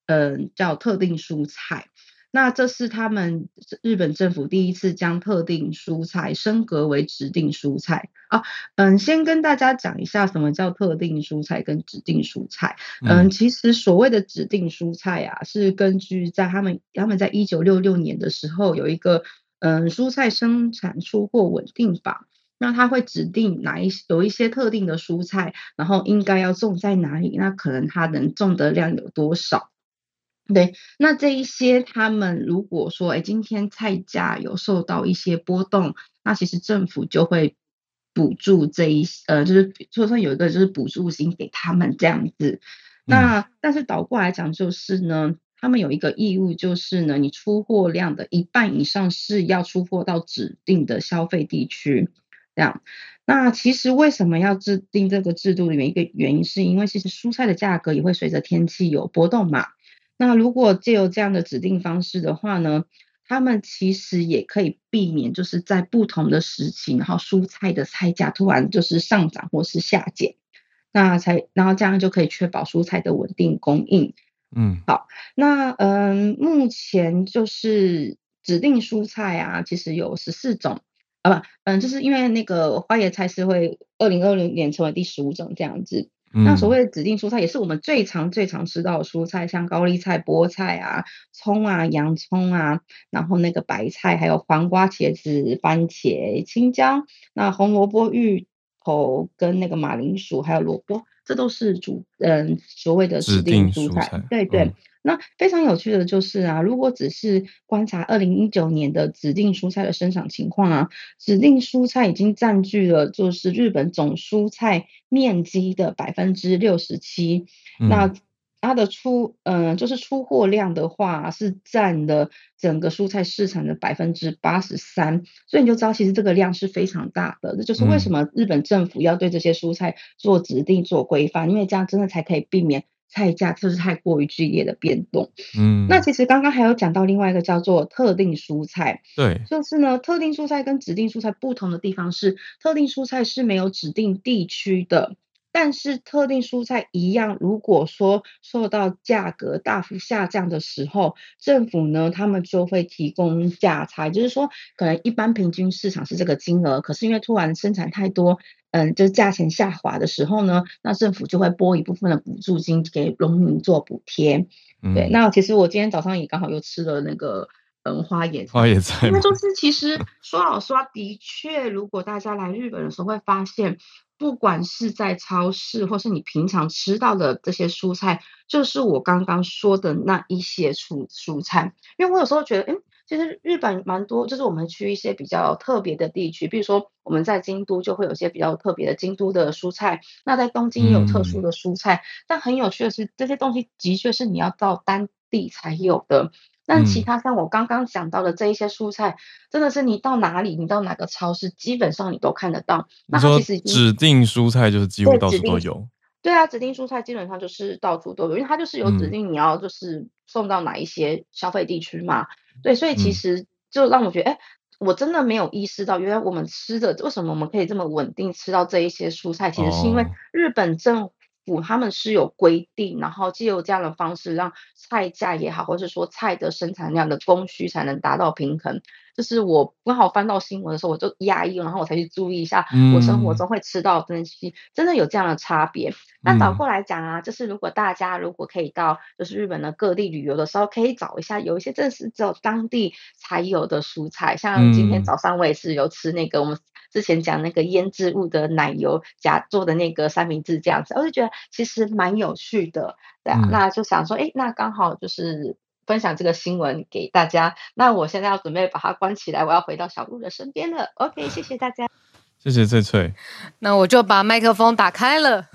嗯、呃、叫特定蔬菜。那这是他们日本政府第一次将特定蔬菜升格为指定蔬菜啊。嗯，先跟大家讲一下什么叫特定蔬菜跟指定蔬菜。嗯，其实所谓的指定蔬菜啊，是根据在他们他们在一九六六年的时候有一个嗯蔬菜生产出货稳定法。那它会指定哪一有一些特定的蔬菜，然后应该要种在哪里，那可能它能种的量有多少。对，那这一些他们如果说，哎，今天菜价有受到一些波动，那其实政府就会补助这一呃，就是就算有一个就是补助金给他们这样子。那、嗯、但是倒过来讲就是呢，他们有一个义务，就是呢，你出货量的一半以上是要出货到指定的消费地区，这样。那其实为什么要制定这个制度里面一个原因，是因为其实蔬菜的价格也会随着天气有波动嘛。那如果藉由这样的指定方式的话呢，他们其实也可以避免就是在不同的时期，然后蔬菜的菜价突然就是上涨或是下减，那才然后这样就可以确保蔬菜的稳定供应。嗯，好，那嗯，目前就是指定蔬菜啊，其实有十四种。啊不，嗯，就是因为那个花椰菜是会二零二零年成为第十五种这样子。那所谓的指定蔬菜也是我们最常最常吃到的蔬菜，像高丽菜、菠菜啊、葱啊、洋葱啊，然后那个白菜，还有黄瓜、茄子、番茄、青椒，那红萝卜、芋头跟那个马铃薯，还有萝卜，这都是主嗯所谓的指定蔬菜。蔬菜对对。嗯，那非常有趣的就是啊，如果只是观察二零一九年的指定蔬菜的生产情况啊，指定蔬菜已经占据了就是日本总蔬菜面积的百分之六十七。那它的出嗯、呃、就是出货量的话是占了整个蔬菜市场的百分之八十三，所以你就知道其实这个量是非常大的。这就是为什么日本政府要对这些蔬菜做指定做规范，因为这样真的才可以避免菜价就是太过于剧烈的变动。嗯，那其实刚刚还有讲到另外一个叫做特定蔬菜。对，就是呢，特定蔬菜跟指定蔬菜不同的地方是，特定蔬菜是没有指定地区的。但是特定蔬菜一样，如果说受到价格大幅下降的时候，政府呢他们就会提供价差，就是说可能一般平均市场是这个金额，可是因为突然生产太多，嗯，就是价钱下滑的时候呢，那政府就会拨一部分的补助金给农民做补贴。嗯，对，那其实我今天早上也刚好又吃了那个嗯花椰菜，花椰菜，因为就是其实说老实话，的确，如果大家来日本的时候会发现，不管是在超市或是你平常吃到的这些蔬菜，就是我刚刚说的那一些蔬蔬菜。因为我有时候觉得，嗯，其实日本蛮多，就是我们去一些比较特别的地区，比如说我们在京都就会有一些比较特别的京都的蔬菜，那在东京也有特殊的蔬菜。嗯，但很有趣的是，这些东西的确是你要到当地才有的。但其他像我刚刚讲到的这一些蔬菜，嗯，真的是你到哪里，你到哪个超市，基本上你都看得到。那它其实指定蔬菜就是几乎到处都有。 对啊，指定蔬菜基本上就是到处都有，因为它就是有指定你要就是送到哪一些消费地区嘛。嗯，对，所以其实就让我觉得，哎，嗯，我真的没有意识到，原来我们吃的为什么我们可以这么稳定吃到这一些蔬菜，其实是因为日本政府他们是有规定，然后藉由这样的方式让菜价也好，或是说菜的生产量的供需才能达到平衡。就是我刚好翻到新闻的时候，我就压抑，然后我才去注意一下我生活中会吃到的东西，真的有这样的差别。那倒过来讲啊，就是如果大家如果可以到就是日本的各地旅游的时候，可以找一下有一些真的是只有当地才有的蔬菜，像今天早上我也是有吃那个我们之前讲那个腌制物的奶油夹做的那个三明治这样子，我就觉得其实蛮有趣的。对啊，嗯，那就想说，哎，那刚好就是分享这个新闻给大家。那我现在要准备把它关起来，我要回到小鹿的身边了。OK， 谢谢大家。 谢谢翠翠。 那我就把麦克风打开了。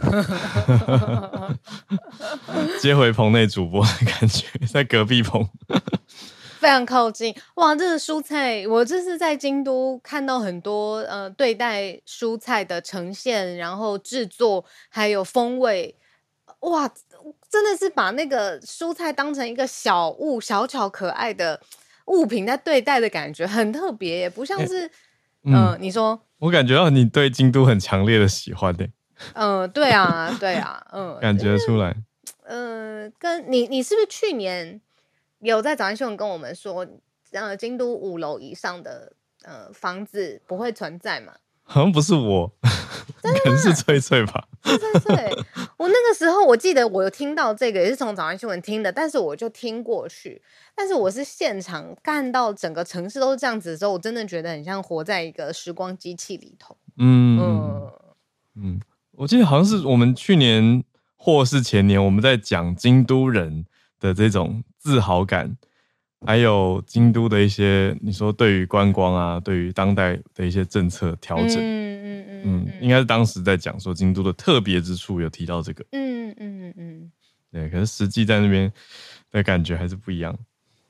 接回棚内主播的感觉，在隔壁棚。 非常靠近。哇，这个蔬菜，我这是在京都看到很多呃对待蔬菜的呈现，然后制作还有风味。哇，真的是把那个蔬菜当成一个小物、小巧可爱的物品在对待的感觉，很特别耶，不像是，欸、嗯、呃，你说， 我感觉到你对京都很强烈的喜欢耶。 嗯、呃，对啊，对啊，嗯、呃， 感觉出来。 嗯、呃， 呃，跟你你是不是去年有在早安新闻跟我们说，呃，京都五楼以上的呃房子不会存在嘛？ 好像不是我，可能是翠翠吧。 是翠翠，我那个时候我记得我有听到这个，也是从早安新闻听的，但是我就听过去。但是我是现场看到整个城市都是这样子的时候，我真的觉得很像活在一个时光机器里头。 嗯嗯嗯，我记得好像是我们去年或是前年，我们在讲京都人的这种自豪感。还有京都的一些，你说对于观光啊，对于当代的一些政策调整，嗯嗯嗯嗯，应该是当时在讲说京都的特别之处，有提到这个，嗯嗯嗯，对，可是实际在那边的感觉还是不一样。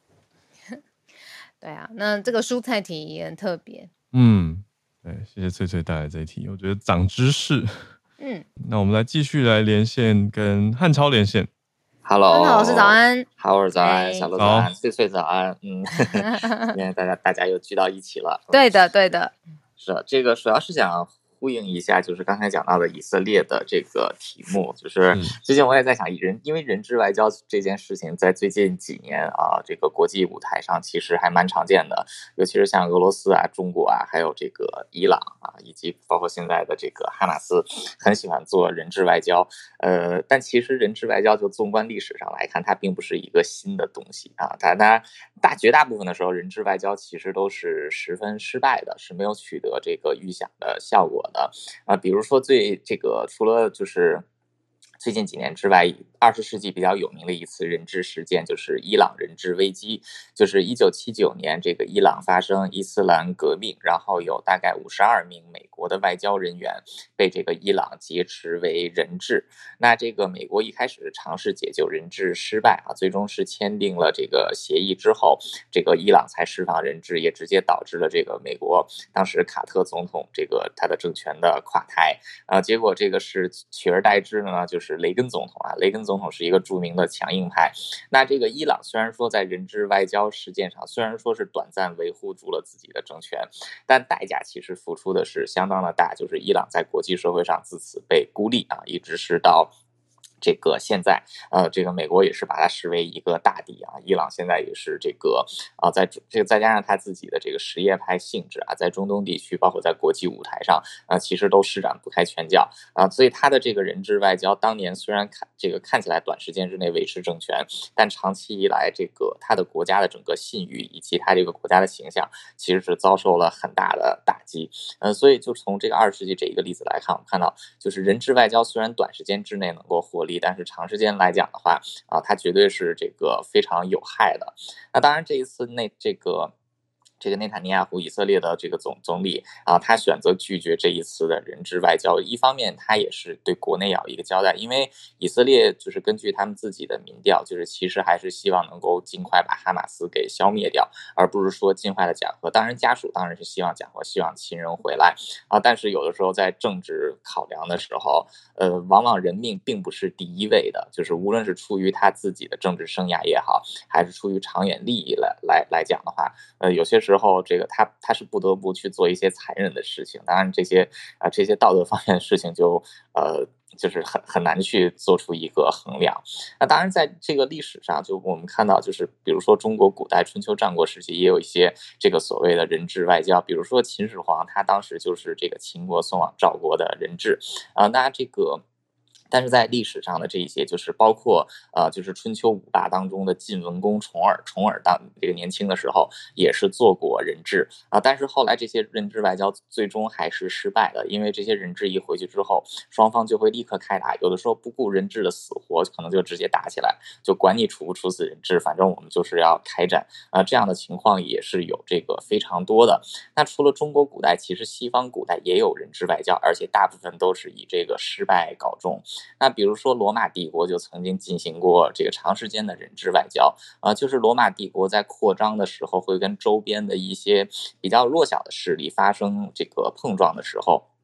对啊，那这个蔬菜题也很特别。 嗯，对，谢谢翠翠带来这一题，我觉得长知识。嗯，那我们来继续来连线，跟汉超连线。 Hello， 老师早安。 好，我是早安，小鹿早安，翠翠早安。嗯，今天大家大家又聚到一起了。 对的，对的。 是的，这个主要是想呼应一下，就是刚才讲到的以色列的这个题目，就是最近我也在想，人因为人质外交这件事情，在最近几年啊，这个国际舞台上其实还蛮常见的，尤其是像俄罗斯啊、中国啊，还有这个伊朗啊，以及包括现在的这个哈马斯，很喜欢做人质外交。呃，但其实人质外交就纵观历史上来看，它并不是一个新的东西啊，它它大绝大部分的时候，人质外交其实都是十分失败的，是没有取得这个预想的效果的啊。比如说最这个除了就是最近几年之外，二十世纪比较有名的一次人质事件就是伊朗人质危机，就是一九七九年这个伊朗发生伊斯兰革命，然后有大概五十二名美国的外交人员被这个伊朗劫持为人质。那这个美国一开始尝试解救人质失败啊，最终是签订了这个协议之后，这个伊朗才释放人质，也直接导致了这个美国当时卡特总统这个他的政权的垮台啊。结果这个是取而代之的呢，就是雷根总统啊，雷根总统是一个著名的强硬派。那这个伊朗虽然说在人质外交事件上，虽然说是短暂维护住了自己的政权，但代价其实付出的是相当的大，就是伊朗在国际社会上自此被孤立啊，一直是到这个现在，呃，这个美国也是把它视为一个大敌啊，伊朗现在也是这个啊，在这个再加上他自己的这个什叶派性质啊，在中东地区，包括在国际舞台上，啊，其实都施展不开拳脚啊，所以他的这个人质外交，当年虽然看这个看起来短时间之内维持政权，但长期以来，这个他的国家的整个信誉以及他这个国家的形象，其实是遭受了很大的打击。呃，所以就从这个二十世纪这一个例子来看，我们看到就是人质外交虽然短时间之内能够获利，但是长时间来讲的话啊，它绝对是这个非常有害的。那当然这一次那这个这个内塔尼亚胡以色列的这个总总理啊，他选择拒绝这一次的人质外交，一方面他也是对国内要一个交代，因为以色列就是根据他们自己的民调，就是其实还是希望能够尽快把哈马斯给消灭掉，而不是说尽快的讲和。当然家属当然是希望讲和，希望亲人回来啊，但是有的时候在政治考量的时候，呃，往往人命并不是第一位的，就是无论是出于他自己的政治生涯也好，还是出于长远利益来来来讲的话，呃，有些时候这个他他是不得不去做一些残忍的事情。当然这些啊、呃、这些道德方面的事情就呃就是很很难去做出一个衡量。那当然在这个历史上，就我们看到就是比如说中国古代春秋战国时期也有一些这个所谓的人质外交，比如说秦始皇他当时就是这个秦国送往赵国的人质啊、呃，那这个但是在历史上的这一些，就是包括呃，就是春秋五霸当中的晋文公重耳，重耳当这个年轻的时候也是做过人质啊、呃，但是后来这些人质外交最终还是失败了，因为这些人质一回去之后，双方就会立刻开打，有的时候不顾人质的死活，可能就直接打起来，就管你处不处死人质，反正我们就是要开战啊、呃，这样的情况也是有这个非常多的。那除了中国古代，其实西方古代也有人质外交，而且大部分都是以这个失败告终。那比如说罗马帝国就曾经进行过这个长时间的人质外交啊、呃，就是罗马帝国在扩张的时候会跟周边的一些比较弱小的势力发生这个碰撞的时候，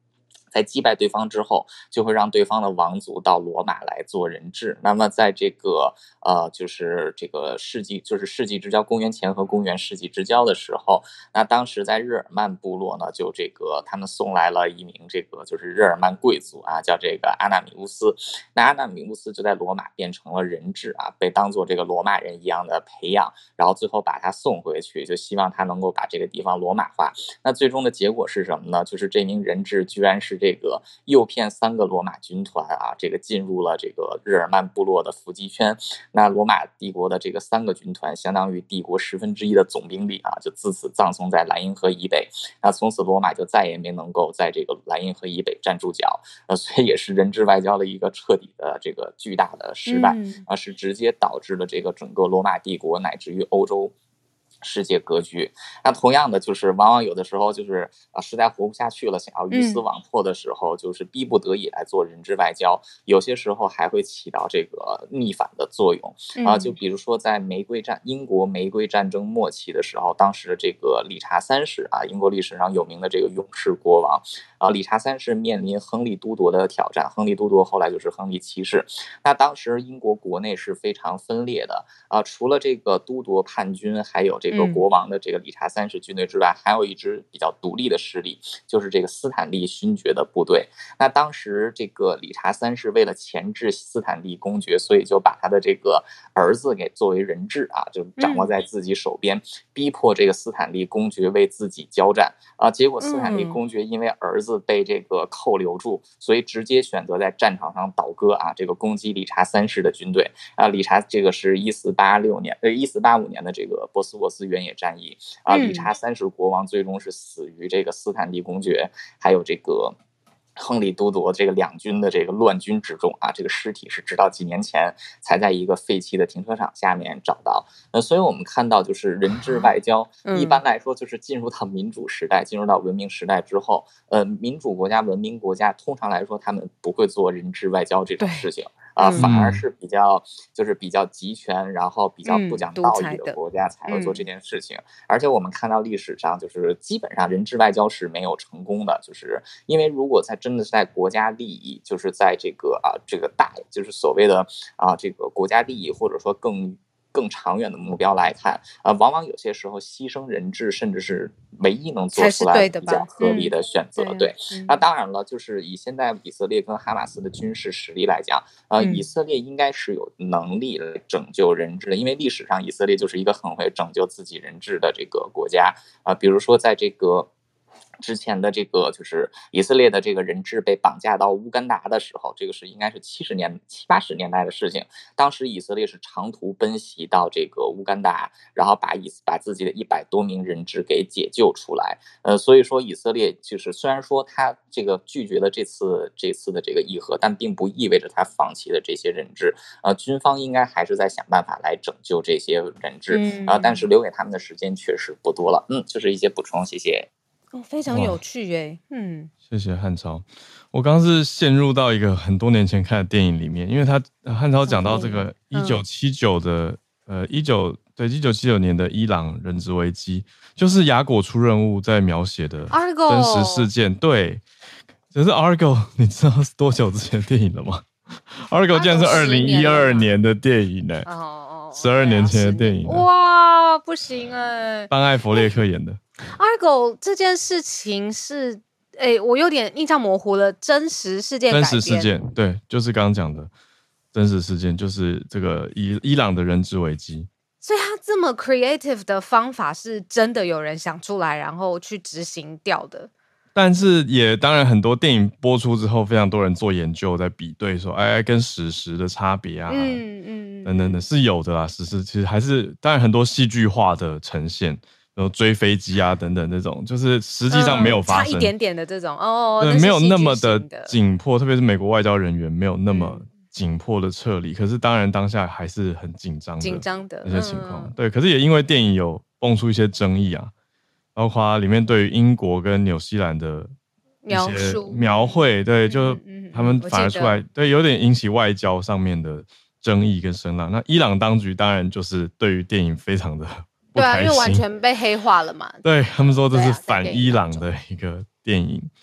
在击败对方之后，就会让对方的王族到罗马来做人质。那么在这个呃，就是这个世纪，就是世纪之交，公元前和公元世纪之交的时候，那当时在日耳曼部落呢，就这个他们送来了一名这个就是日耳曼贵族啊，叫这个阿纳米乌斯。那阿纳米乌斯就在罗马变成了人质啊，被当做这个罗马人一样的培养，然后最后把他送回去，就希望他能够把这个地方罗马化。那最终的结果是什么呢？就是这名人质居然是这个诱骗三个罗马军团啊，这个进入了这个日耳曼部落的伏击圈。那罗马帝国的这个三个军团，相当于帝国十分之一的总兵力啊，就自此葬送在莱茵河以北。那从此罗马就再也没能够在这个莱茵河以北站住脚。呃，所以也是人质外交的一个彻底的这个巨大的失败啊，是直接导致了这个整个罗马帝国乃至于欧洲世界格局。那同样的，就是往往有的时候就是啊，实在活不下去了，想要鱼死网破的时候，嗯、就是逼不得已来做人质外交。有些时候还会起到这个逆反的作用啊。就比如说在玫瑰战英国玫瑰战争末期的时候，当时这个理查三世啊，英国历史上有名的这个勇士国王啊，理查三世面临亨利都铎的挑战。亨利都铎后来就是亨利七世。那当时英国国内是非常分裂的啊，除了这个都铎叛军，还有这个国王的这个理查三世军队之外，还有一支比较独立的势力，就是这个斯坦利勋爵的部队。那当时这个理查三世为了钳制斯坦利公爵，所以就把他的这个儿子给作为人质啊，就掌握在自己手边，逼迫这个斯坦利公爵为自己交战啊。结果斯坦利公爵因为儿子被这个扣留住，所以直接选择在战场上倒戈啊，这个攻击理查三世的军队啊。理查这个是一四八六年呃一四八五年的这个波斯沃斯原野战役啊，理查三世国王最终是死于这个斯坦利公爵还有这个亨利都铎这个两军的这个乱军之中啊，这个尸体是直到几年前才在一个废弃的停车场下面找到。呃，所以我们看到就是人质外交，一般来说就是进入到民主时代，进入到文明时代之后，呃，民主国家、文明国家通常来说他们不会做人质外交这种事情。啊，反而是比较就是比较集权，然后比较不讲道义的国家才会做这件事情。嗯、而且我们看到历史上，就是基本上人质外交是没有成功的，就是因为如果在真的是在国家利益，就是在这个啊这个大，就是所谓的啊这个国家利益，或者说更。更长远的目标来看，呃，往往有些时候牺牲人质，甚至是唯一能做出来比较合理的选择。对，嗯、那当然了，就是以现在以色列跟哈马斯的军事实力来讲，呃，嗯、以色列应该是有能力来拯救人质的，因为历史上以色列就是一个很会拯救自己人质的这个国家啊、呃，比如说在这个。之前的这个就是以色列的这个人质被绑架到乌干达的时候，这个是应该是七十年七八十年代的事情。当时以色列是长途奔袭到这个乌干达，然后把以把自己的一百多名人质给解救出来。呃，所以说以色列就是虽然说他这个拒绝了这次这次的这个议和，但并不意味着他放弃了这些人质。呃，军方应该还是在想办法来拯救这些人质啊、呃，但是留给他们的时间确实不多了。嗯，就是一些补充，谢谢。 哦，非常有趣耶，嗯， 谢谢汉超。我刚刚是陷入到一个很多年前看的电影里面，因为他汉超讲到这个一九七九的、嗯、呃一九对一九七九年的伊朗人质危机，就是雅果出任务在描写的真实事件。对，可是 Argo 你知道是多久之前的电影了吗？ Argo 竟然是二零一二年的电影呢、欸，哦，十二年前的电影， 哇，不行哎、欸， 班艾弗列克演的。 Argo 这件事情是，哎，我有点印象模糊了。真实事件改编， 真实事件，对，就是刚刚讲的真实事件，就是这个伊伊朗的人质危机。 所以他这么 creative 的方法是真的有人想出来，然后去执行掉的。 但是也当然，很多电影播出之后，非常多人做研究，在比对说，哎，跟史实的差别啊，嗯嗯，等等的，是有的啦。史实其实还是，当然很多戏剧化的呈现。然后追飞机啊等等这种，就是实际上没有发生、嗯、 差一点点的这种哦， 对，没有那么的紧迫，特别是美国外交人员没有那么紧迫的撤离。嗯、可是当然当下还是很紧张的， 紧张的那些情况。嗯、对，可是也因为电影有蹦出一些争议啊，包括里面对于英国跟纽西兰的一些描述描绘，对，就他们反而出来，对，有点引起外交上面的争议跟声浪。那伊朗当局当然就是对于电影非常的。 对啊，因为完全被黑化了嘛。 对，他们说这是反伊朗的一个电影。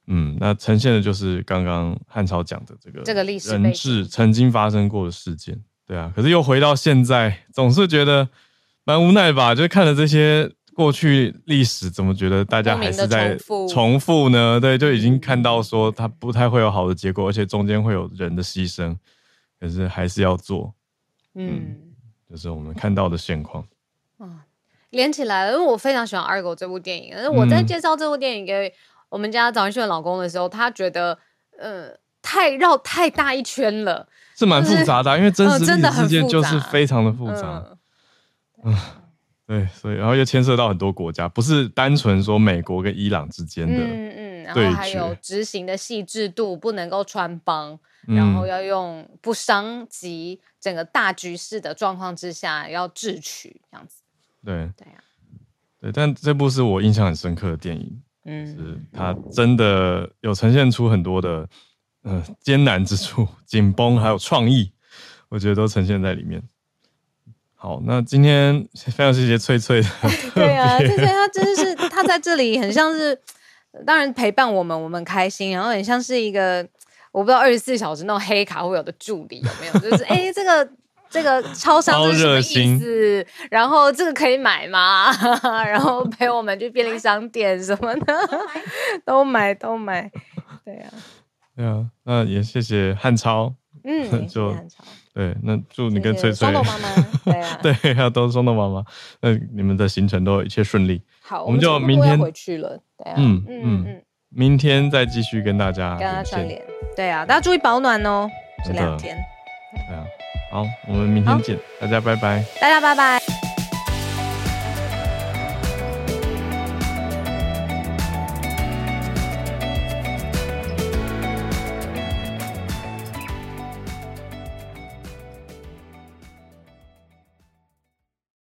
嗯，那呈现的就是刚刚汉超讲的这个这个历史人质曾经发生过的事件，对啊，可是又回到现在，总是觉得蛮无奈吧？就是看了这些过去历史，怎么觉得大家还是在重复呢？对，就已经看到说它不太会有好的结果，而且中间会有人的牺牲，可是还是要做，嗯，嗯就是我们看到的现况。 嗯，连起来了，因为我非常喜欢《Argo》这部电影，而我在介绍这部电影给我们家早安轩的老公的时候，他觉得呃太绕太大一圈了， 是蛮复杂的、啊，因为真实历史事件就是非常的复杂。嗯，对，所以然后又牵涉到很多国家，不是单纯说美国跟伊朗之间的对决， 嗯嗯，然后还有执行的细致度不能够穿帮，嗯、然后要用不伤及整个大局势的状况之下要智取这样子。 对对啊， 对，但这部是我印象很深刻的电影。嗯，是它真的有呈现出很多的呃艰难之处、紧绷还有创意，我觉得都呈现在里面。好，那今天非常谢谢翠翠的对啊，翠翠她真的是她在这里很像是，当然陪伴我们，我们开心，然后很像是一个我不知道二十四小时那种黑卡会有的助理有没有？就是哎、欸，这个。这个超商是什么意思？然后这个可以买吗？然后陪我们去便利商店什么的，都买都买。对啊， 对啊，那也谢谢汉超。 嗯， 就汉超。 对，那祝你跟翠翠双豆妈妈，对啊， 对，还有都是双豆妈妈，那你们的行程都一切顺利。 好， 我们就明天回去了。对啊， 嗯嗯嗯，明天再继续跟大家跟大家串联。对啊，大家注意保暖哦，这两天。 对啊。好，我们明天见，大家拜拜， 大家拜拜。